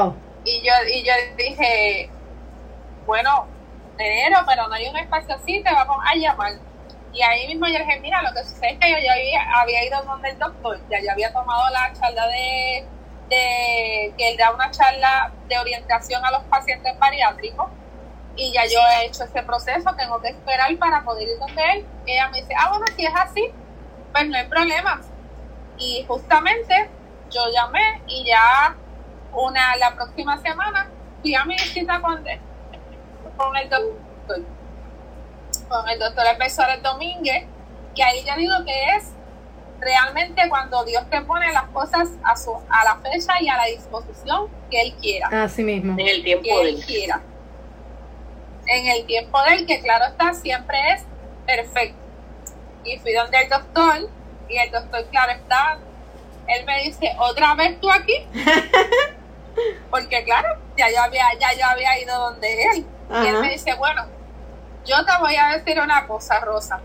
Y yo, y yo dije, bueno, enero, pero no hay un espacio así, te vamos a llamar. Y ahí mismo yo dije, mira, lo que sucede es que yo ya había, había ido donde el doctor, ya yo había tomado la charla de, de, que él da una charla de orientación a los pacientes bariátricos, y ya yo he hecho ese proceso, tengo que esperar para poder ir donde él. Y ella me dice, ah, bueno, si es así, pues no hay problema. Y justamente yo llamé y ya una la próxima semana fui a mi visita con, con el doctor, con el doctor Albert Suárez Domínguez, que ahí yo digo que es realmente cuando Dios te pone las cosas a su a la fecha y a la disposición que Él quiera. Así mismo. En el tiempo que de Él quiera. En el tiempo de Él, que claro está, siempre es perfecto. Y fui donde el doctor, y el doctor, claro está, él me dice, ¿otra vez tú aquí? Porque claro, ya yo había, ya yo había ido donde él. Ajá. Y él me dice, bueno, yo te voy a decir una cosa, Rosa.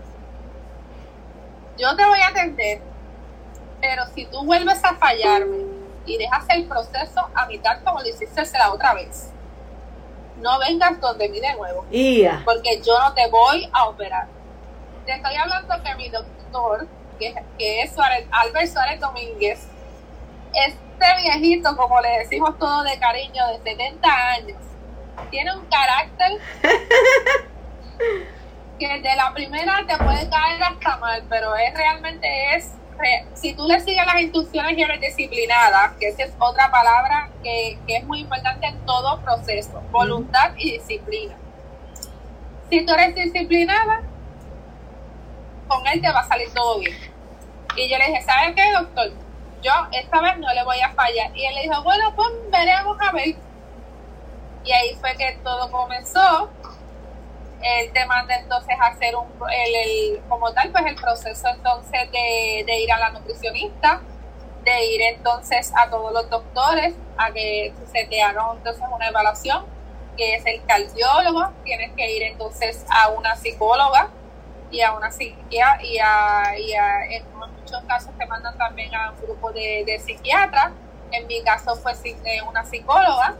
Yo te voy a atender, pero si tú vuelves a fallarme y dejas el proceso a mitad como lo hiciste la otra vez, no vengas donde mí de nuevo. Yeah. Porque yo no te voy a operar. Te estoy hablando que mi doctor, que, que es Suárez, Albert Suárez Domínguez, este viejito, como le decimos todos de cariño, de setenta años, tiene un carácter que de la primera te puede caer hasta mal, pero es realmente es, re, si tú le sigues las instrucciones y eres disciplinada, que esa es otra palabra que, que es muy importante en todo proceso, voluntad y disciplina. Si tú eres disciplinada, con él te va a salir todo bien. Y yo le dije, ¿sabes qué, doctor? Yo esta vez no le voy a fallar. Y él le dijo, bueno, pues veremos a ver. Y ahí fue que todo comenzó. Él te manda entonces a hacer un, el, el, como tal, pues el proceso entonces de, de ir a la nutricionista, de ir entonces a todos los doctores, a que se te haga entonces una evaluación, que es el cardiólogo, tienes que ir entonces a una psicóloga, y a una psiquiatra, y a, y a en muchos casos te mandan también a un grupo de, de psiquiatras. En mi caso fue una psicóloga,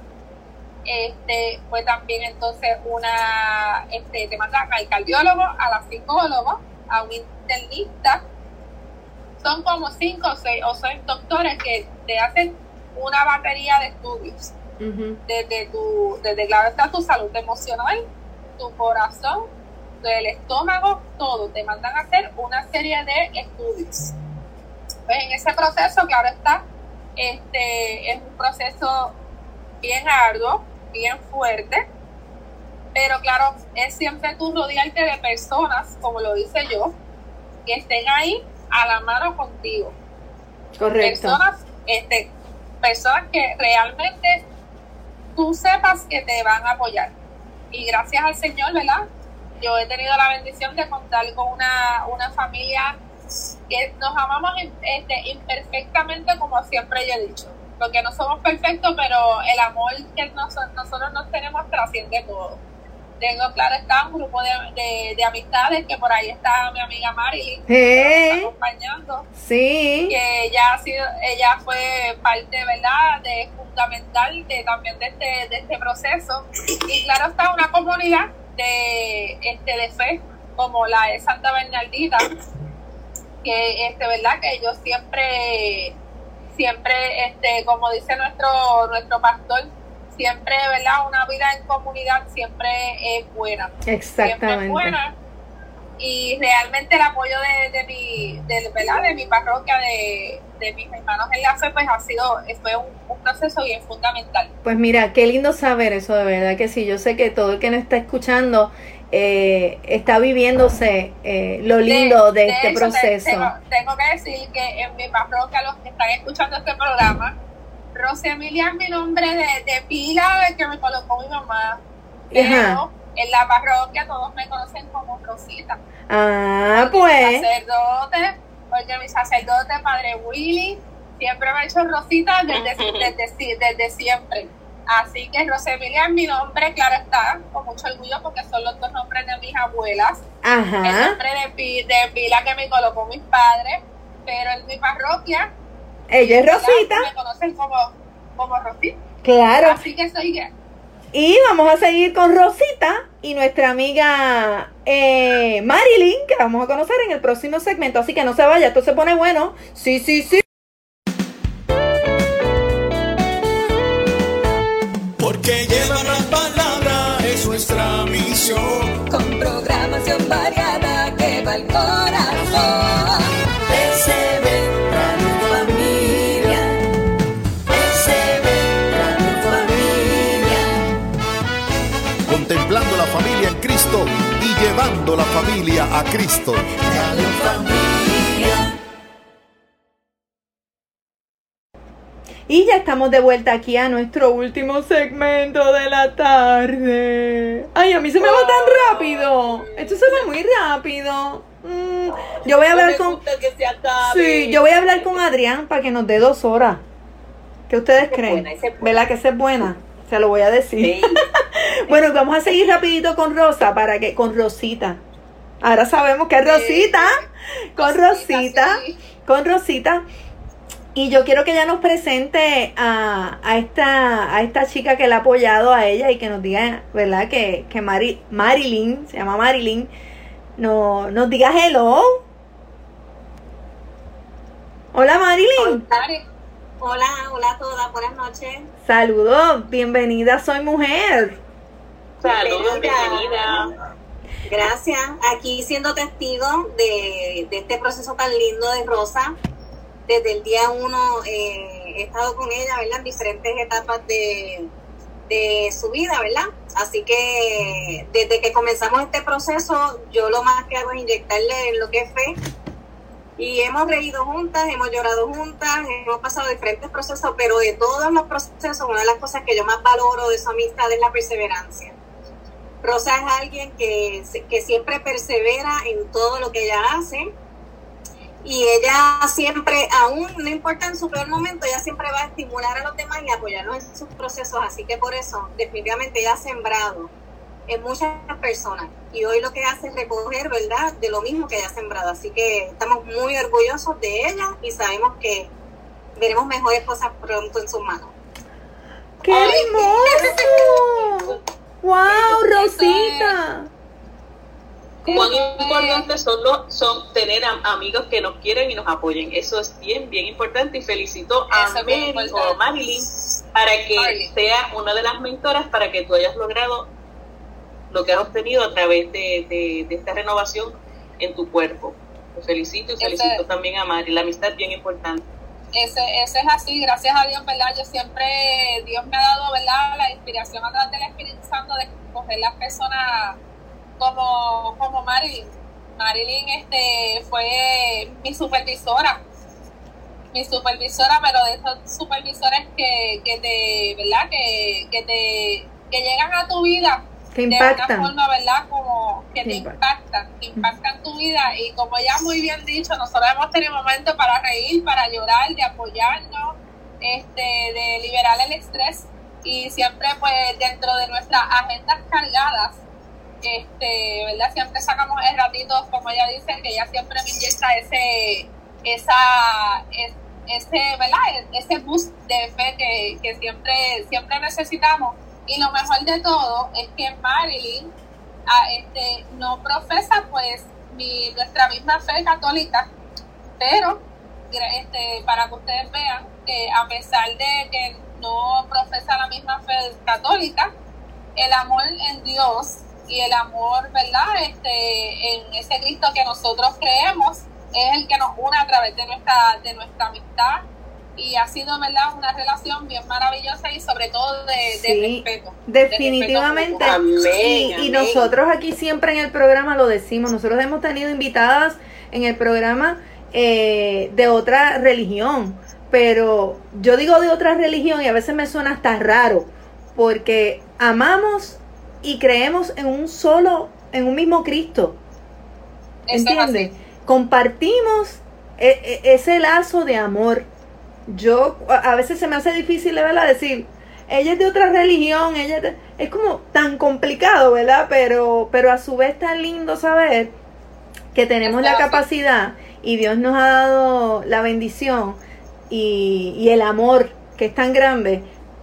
este fue también entonces una este te mandan al cardiólogo, a la psicóloga, a un internista. Son como cinco o seis o seis doctores que te hacen una batería de estudios, uh-huh. desde tu desde claro está tu salud emocional, tu corazón, del estómago, todo, te mandan a hacer una serie de estudios. Pues en ese proceso, claro está, este es un proceso bien arduo, bien fuerte, pero claro, es siempre tú rodearte de personas, como lo hice yo, que estén ahí a la mano contigo. Correcto. Personas, este, personas que realmente tú sepas que te van a apoyar. Y gracias al Señor, ¿verdad? Yo he tenido la bendición de contar con una, una familia que nos amamos este, imperfectamente, como siempre yo he dicho. Porque no somos perfectos, pero el amor que nos, nosotros nos tenemos trasciende todo. Tengo, claro, está un grupo de, de, de amistades, que por ahí está mi amiga Marilyn, ¿Eh? que nos está acompañando. Sí. Que ella ha sido, ella fue parte, ¿verdad?, de fundamental de también de este, de este proceso. Y claro, está una comunidad de este de fe como la de Santa Bernardita, que este verdad que ellos siempre siempre este como dice nuestro nuestro pastor, siempre verdad una vida en comunidad siempre es buena, exactamente, siempre es buena. Y realmente el apoyo de, de mi de, ¿verdad? de mi parroquia, de, de mis hermanos en la fe, pues ha sido fue un, un proceso bien fundamental. Pues mira, qué lindo saber eso, de verdad que sí. Yo sé que todo el que nos está escuchando eh, está viviéndose eh, lo lindo de, de, de este hecho, proceso. Te, tengo, tengo que decir que en mi parroquia, los que están escuchando este programa, Rosa Emilia es mi nombre de, de pila, de que me colocó mi mamá. Pero en la parroquia todos me conocen como Rosita. Ah, porque pues. Mi sacerdote, porque mi sacerdote, Padre Willy, siempre me ha hecho Rosita desde, desde, desde, desde siempre. Así que Rosa Emilia es mi nombre, claro está, con mucho orgullo, porque son los dos nombres de mis abuelas. Ajá. El nombre de, de pila que me colocó mis padres, pero en mi parroquia, ella es Rosita. Me conocen como, como Rosita. Claro. Así que soy que. Y vamos a seguir con Rosita y nuestra amiga eh, Marilyn, que la vamos a conocer en el próximo segmento. Así que no se vaya, esto se pone bueno. Sí, sí, sí. Porque llevar la palabra es nuestra misión. Con programación variada que va al corazón. S B Radio Familia. S B Radio Familia. Contemplando la familia en Cristo y llevando la familia a Cristo. Radio Familia. Y ya estamos de vuelta aquí a nuestro último segmento de la tarde. Ay, a mí se me va tan rápido. Esto se va muy rápido. Mm, yo voy a hablar con... Que se acabe. Sí, yo voy a hablar con Adrián para que nos dé dos horas. ¿Qué ustedes Esa es creen? buena, esa es buena. ¿Verdad que esa es buena? Se lo voy a decir. Sí. Bueno, vamos a seguir rapidito con Rosa para que... Con Rosita. Ahora sabemos que es Rosita. Con Rosita. sí. Con Rosita. Y yo quiero que ella nos presente a, a esta a esta chica que la ha apoyado a ella y que nos diga, ¿verdad? Que, que Mari, Marilyn, se llama Marilyn, no, nos diga hello. Hola Marilyn. Hola, hola a todas, buenas noches. Saludos, bienvenida, soy mujer. Saludos, bienvenida. Gracias, aquí siendo testigo de, de este proceso tan lindo de Rosa. Desde el día uno eh, he estado con ella, ¿verdad? En diferentes etapas de, de su vida, ¿verdad? Así que desde que comenzamos este proceso, yo lo más que hago es inyectarle lo que es fe. Y hemos reído juntas, hemos llorado juntas, hemos pasado diferentes procesos, pero de todos los procesos, una de las cosas que yo más valoro de su amistad es la perseverancia. Rosa es alguien que, que siempre persevera en todo lo que ella hace. Y ella siempre, aún no importa en su peor momento, ella siempre va a estimular a los demás y apoyarlos en sus procesos. Así que por eso, definitivamente, ella ha sembrado en muchas personas. Y hoy lo que hace es recoger, ¿verdad?, de lo mismo que ella ha sembrado. Así que estamos muy orgullosos de ella y sabemos que veremos mejores cosas pronto en sus manos. ¡Qué hermoso! ¡Wow, Rosita! Cuán importantes son los, son tener a, amigos que nos quieren y nos apoyen. Eso es bien, bien importante. Y felicito a Eso es bien Mary o importante. Marilyn para que Marilyn. sea una de las mentoras para que tú hayas logrado lo que has obtenido a través de, de, de esta renovación en tu cuerpo. Te felicito y Ese- felicito también a Mari. La amistad es bien importante. Ese, ese es así, gracias a Dios, ¿verdad? Yo siempre, Dios me ha dado, ¿verdad?, la inspiración a través del Espíritu Santo de escoger las personas como, como Marilyn. Marilyn este, fue mi supervisora, mi supervisora, pero de esos supervisores que, que te, ¿verdad?, que, que te, que llegan a tu vida Que de impactan. una forma, ¿verdad?, como que Que te impactan. impactan, que impactan tu vida. Y como ya muy bien dicho, nosotros hemos tenido momentos para reír, para llorar, de apoyarnos, este, de liberar el estrés, y siempre pues dentro de nuestras agendas cargadas, este, ¿verdad?, siempre sacamos el ratito, como ella dice, que ella siempre me inyecta ese, esa, es- ese, ¿verdad?, ese boost de fe que, que siempre, siempre necesitamos. Y lo mejor de todo es que Marilyn ah, este, no profesa pues mi, nuestra misma fe católica, pero gra- este, para que ustedes vean que a pesar de que no profesa la misma fe católica, el amor en Dios y el amor, ¿verdad?, este, en ese Cristo que nosotros creemos es el que nos une a través de nuestra, de nuestra amistad. Y ha sido, ¿verdad?, una relación bien maravillosa y sobre todo de, de Sí, respeto. de definitivamente. respeto mutuo. Y, y amén. nosotros aquí siempre en el programa lo decimos. Nosotros hemos tenido invitadas en el programa eh, de otra religión. Pero yo digo de otra religión y a veces me suena hasta raro. Porque amamos y creemos en un solo, en un mismo Cristo. Eso es ¿Entiendes? así. Compartimos e- e- ese lazo de amor. Yo, a a veces se me hace difícil, ¿verdad?, decir, ella es de otra religión, ella es, de- es como tan complicado, ¿verdad? Pero, pero a su vez tan lindo saber que tenemos la Eso es así. capacidad y Dios nos ha dado la bendición y, y el amor que es tan grande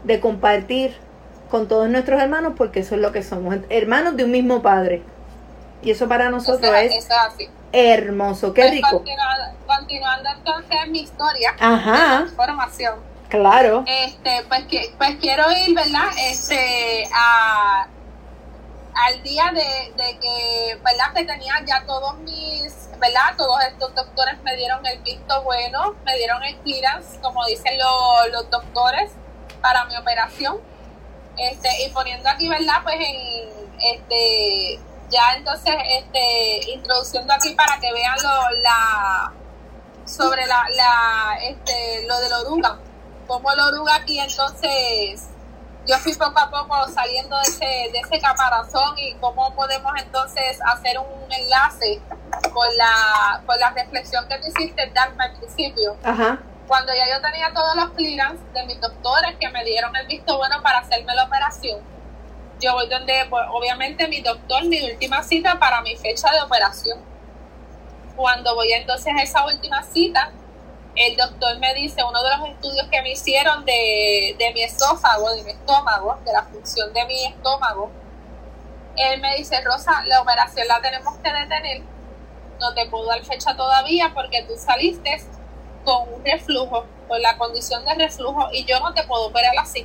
de compartir con todos nuestros hermanos, porque eso es lo que somos, hermanos de un mismo Padre. Y eso para nosotros o sea, es eso así. Hermoso, qué pues rico. Continuando, continuando entonces mi historia Ajá. de transformación. Claro. Este, pues que, pues quiero ir, ¿verdad? Este, a al día de, de que, ¿verdad? Que tenía ya todos mis, ¿verdad? Todos estos doctores me dieron el visto bueno, me dieron el clearance, como dicen los, los doctores, para mi operación. Este, y poniendo aquí, ¿verdad? Pues en, este, ya entonces, este, introduciendo aquí para que vean lo, la, sobre la, la, este, lo de Oruga, como el Oruga aquí, entonces, yo fui poco a poco saliendo de ese, de ese caparazón y cómo podemos entonces hacer un enlace con la, con la reflexión que tú hiciste, Darme, al principio. Ajá. Cuando ya yo tenía todos los clearance de mis doctores que me dieron el visto bueno para hacerme la operación, yo voy donde, pues, obviamente, mi doctor, mi última cita para mi fecha de operación. Cuando voy entonces a esa última cita, el doctor me dice, uno de los estudios que me hicieron de, de mi esófago, de mi estómago, de la función de mi estómago, él me dice, Rosa, la operación la tenemos que detener, no te puedo dar fecha todavía porque tú saliste con un reflujo, con la condición de reflujo, y yo no te puedo operar así.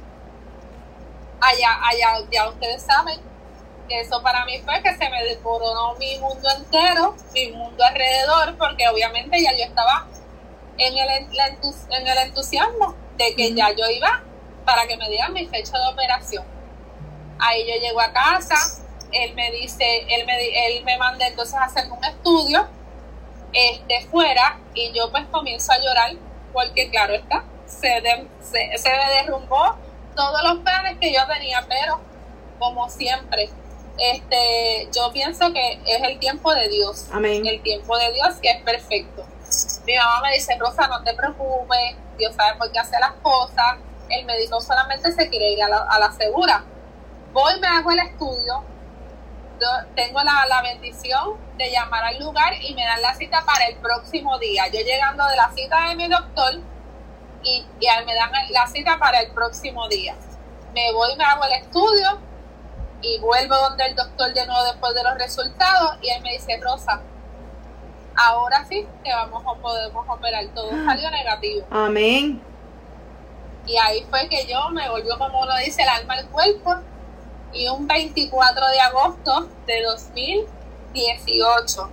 Allá, allá, ya ustedes saben que eso para mí fue que se me desmoronó mi mundo entero, mi mundo alrededor, porque obviamente ya yo estaba en el, la entus, en el entusiasmo de que ya yo iba para que me dieran mi fecha de operación. Ahí yo llego a casa, él me dice, él me, él me manda entonces a hacer un estudio este, fuera, y yo pues comienzo a llorar porque claro está, se, de, se, se me derrumbó todos los planes que yo tenía, pero como siempre, este, yo pienso que es el tiempo de Dios. Amén. El tiempo de Dios que es perfecto. Mi mamá me dice, Rosa, no te preocupes, Dios sabe por qué hace las cosas, el médico solamente se quiere ir a la, a la segura. Voy, me hago el estudio, yo tengo la, la bendición de llamar al lugar y me dan la cita para el próximo día. Yo llegando de la cita de mi doctor y, y me dan la cita para el próximo día. Me voy, me hago el estudio y vuelvo donde el doctor de nuevo después de los resultados y él me dice, Rosa, ahora sí te vamos a podemos operar, todo salió negativo. Amén. Y ahí fue que yo me volvió, como uno dice, el alma al cuerpo, y un veinticuatro de agosto de dos mil dieciocho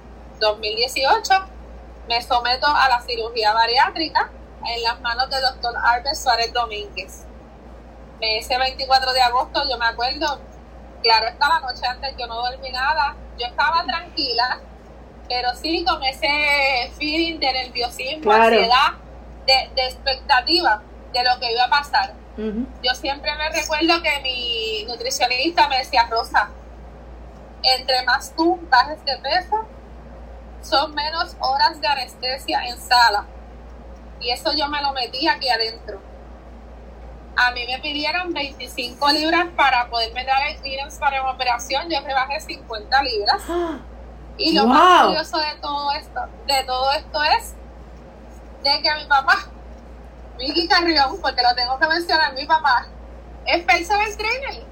me someto a la cirugía bariátrica en las manos del doctor Albert Suárez Domínguez. Ese veinticuatro de agosto yo me acuerdo, claro, esta la noche antes yo no dormí nada, yo estaba tranquila, pero sí con ese feeling de nerviosismo, claro, ansiedad, de, de expectativa de lo que iba a pasar. Uh-huh. Yo siempre me recuerdo que mi nutricionista me decía, Rosa, entre más tú bajes de peso, son menos horas de anestesia en sala. Y eso yo me lo metí aquí adentro. A mí me pidieron veinticinco libras para poderme dar el clearance para una operación. Yo rebajé cincuenta libras. Y lo wow. más curioso de todo esto, de todo esto es de que mi papá, Vicky Carrión, porque lo tengo que mencionar, mi papá es personal trainer.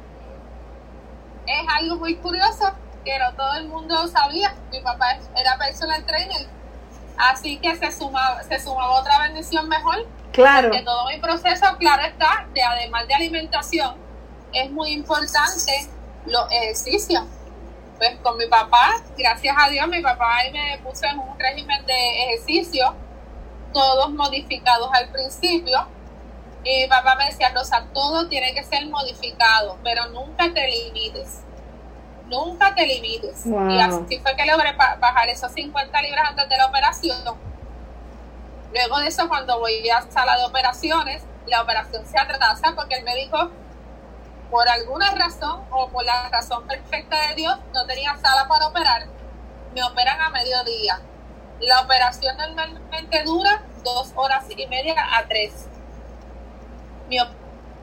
Es algo muy curioso que no todo el mundo sabía. Mi papá era personal trainer, así que se sumaba, se sumaba otra bendición mejor. Claro. Porque todo mi proceso, claro está, de además de alimentación, es muy importante los ejercicios. Pues con mi papá, gracias a Dios, mi papá ahí me puso en un régimen de ejercicio, todos modificados al principio, y mi papá me decía, Rosa, todo tiene que ser modificado, pero nunca te limites, nunca te limites. Wow. Y así fue que logré bajar esos cincuenta libras antes de la operación. Luego de eso, cuando voy a sala de operaciones, la operación se atrasa porque el médico, por alguna razón o por la razón perfecta de Dios, no tenía sala para operar. Me operan a mediodía. La operación normalmente dura dos horas y media a tres. Mi op-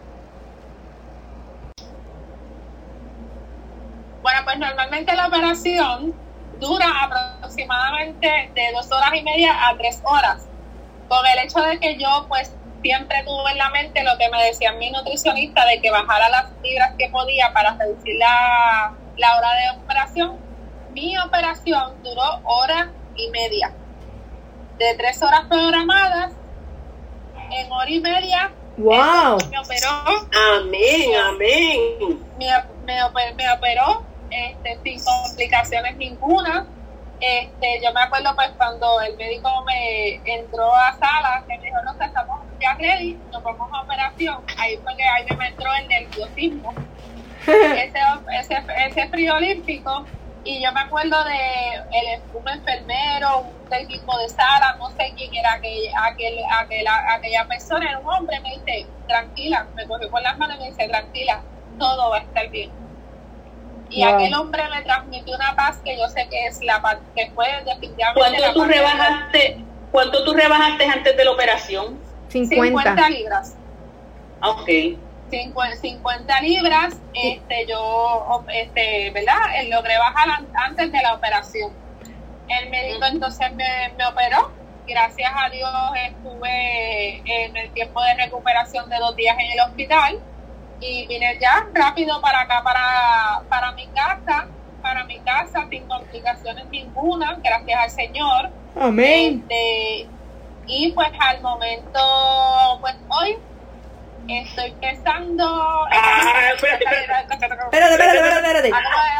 bueno, pues normalmente la operación dura aproximadamente de dos horas y media a tres horas. Con el hecho de que yo pues siempre tuve en la mente lo que me decía mi nutricionista de que bajara las libras que podía para reducir la, la hora de operación. Mi operación duró hora y media. De tres horas programadas, en hora y media, wow. este, me operó. Amén, amén. Me, me, oper, me operó este, sin complicaciones ninguna. Este, yo me acuerdo pues cuando el médico me entró a sala, que me dijo, no, que estamos ya ready, nos vamos a operación. Ahí fue que ahí me entró el nerviosismo. ese, ese, ese frío olímpico. Y yo me acuerdo de el, un enfermero, un técnico de sala, no sé quién era aquel, aquel, aquel, aquella persona, era un hombre, me dice, tranquila, me cogió por las manos y me dice, tranquila, todo va a estar bien. Y wow. aquel hombre me transmitió una paz que yo sé que es la paz, que fue definitivamente ¿Cuánto la tú paz rebajaste, ¿Cuánto tú rebajaste antes de la operación? cincuenta libras. Ok. cincuenta libras, este, yo, este, ¿verdad? Logré bajar antes de la operación. El médico entonces me, me operó. Gracias a Dios estuve en el tiempo de recuperación de dos días en el hospital y vine ya rápido para acá, para, para mi casa, para mi casa, sin complicaciones ninguna, gracias al Señor. Amén. Este, y pues al momento, pues hoy estoy pensando. Ah, espérate, espérate, espérate, espérate,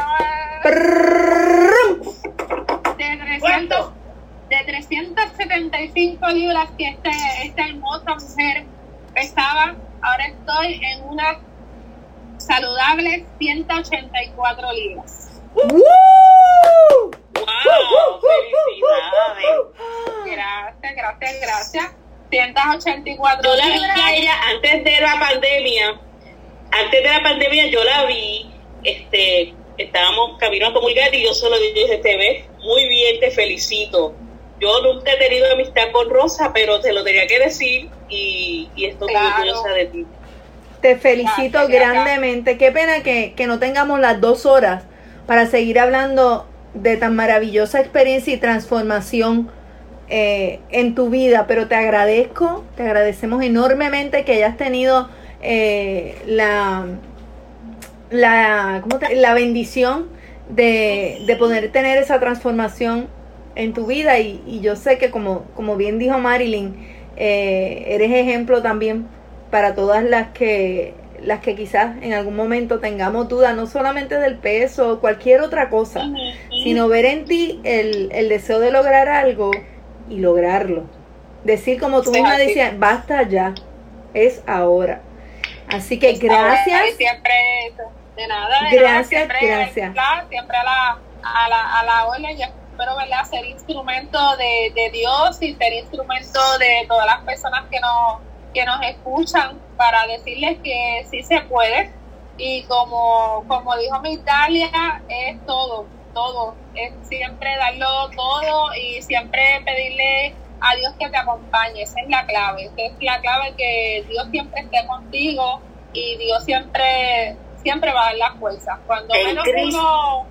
espérate. De trescientos, de trescientas setenta y cinco libras que este, esta hermosa mujer pesaba, ahora estoy en unas saludables ciento ochenta y cuatro libras. ¡Woo! ¡Wow! ¡Felicidades! Gracias, gracias, gracias. ciento ochenta y cuatro Yo la vi libras. a ella antes de la pandemia. Antes de la pandemia yo la vi. Este, estábamos camino a comulgar y yo solo dije, te ves muy bien, te felicito. Yo nunca he tenido amistad con Rosa, pero te lo tenía que decir y, y estoy Claro. muy orgullosa de ti. Te felicito Gracias, grandemente. Qué pena que, que no tengamos las dos horas para seguir hablando de tan maravillosa experiencia y transformación eh, en tu vida, pero te agradezco, te agradecemos enormemente que hayas tenido eh, la, la, ¿cómo te- la bendición de, de poder tener esa transformación en tu vida y, y yo sé que como, como bien dijo Marilyn, eh, eres ejemplo también para todas las que las que quizás en algún momento tengamos duda, no solamente del peso o cualquier otra cosa, sino ver en ti el, el deseo de lograr algo y lograrlo. Decir como tú Sí, misma así. decías, basta ya, es ahora. Así que Esta vez, gracias. siempre de nada, de Gracias, nada, siempre, gracias. ¿verdad? Siempre a la, a la, a la orden. Yo espero, ¿verdad?, ser instrumento de, de Dios y ser instrumento de todas las personas que nos, que nos escuchan para decirles que sí se puede. Y como, como dijo mi Italia, es todo, todo. Es siempre darlo todo y siempre pedirle a Dios que te acompañe. Esa es la clave. Esa es la clave, que Dios siempre esté contigo y Dios siempre siempre va a dar la fuerza. Cuando En menos Cristo. uno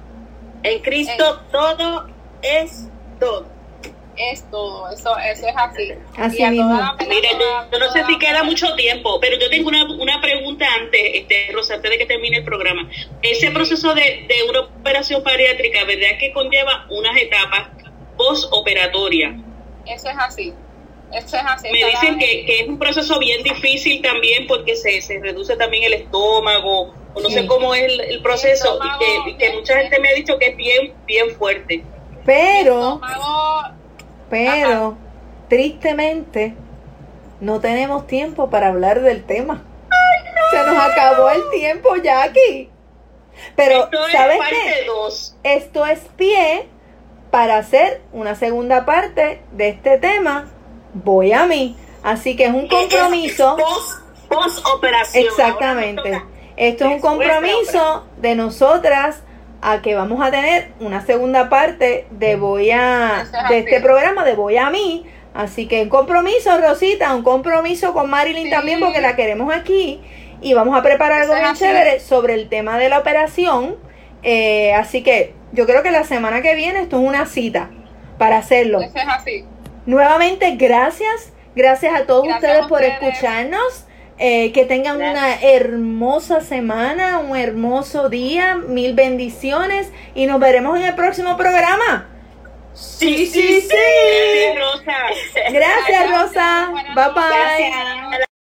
En Cristo todo es todo. es todo, eso eso es así. Así Y a mismo. todas las Mira, yo, personas- yo no sé todas si las queda personas- mucho tiempo, pero yo tengo una, una pregunta antes, este, Rosa, antes de que termine el programa. Ese proceso de, de una operación bariátrica, ¿verdad que conlleva unas etapas postoperatorias? Eso es así. Eso es así. Me Cada dicen vez- que, que es un proceso bien difícil también porque se, se reduce también el estómago, o no Sí. sé cómo es el, el proceso, El y que, y que estómago, mucha gente me ha dicho que es bien, bien fuerte. Pero, estómago, pero, tristemente, no tenemos tiempo para hablar del tema. Se nos acabó el tiempo, Jackie. Pero, Esto es ¿sabes parte qué? dos. Esto es pie para hacer una segunda parte de este tema. Voy a mí. Así que es un compromiso. Post, post operación. Exactamente. Esto es un compromiso de nosotras a que vamos a tener una segunda parte de Voy a, Eso es de así. este programa de Voy a mí. Así que un compromiso, Rosita, un compromiso con Marilyn Sí. también porque la queremos aquí y vamos a preparar algo Eso es bien así. chévere sobre el tema de la operación. Eh, así que yo creo que la semana que viene esto es una cita para hacerlo. Eso es así. Nuevamente, gracias, Gracias a todos Gracias ustedes a por ustedes. escucharnos. Eh, que tengan Gracias. una hermosa semana, un hermoso día, mil bendiciones y nos veremos en el próximo programa. Sí, sí, sí. Rosa. Gracias, Rosa. Buenas Bye noches. bye. Gracias.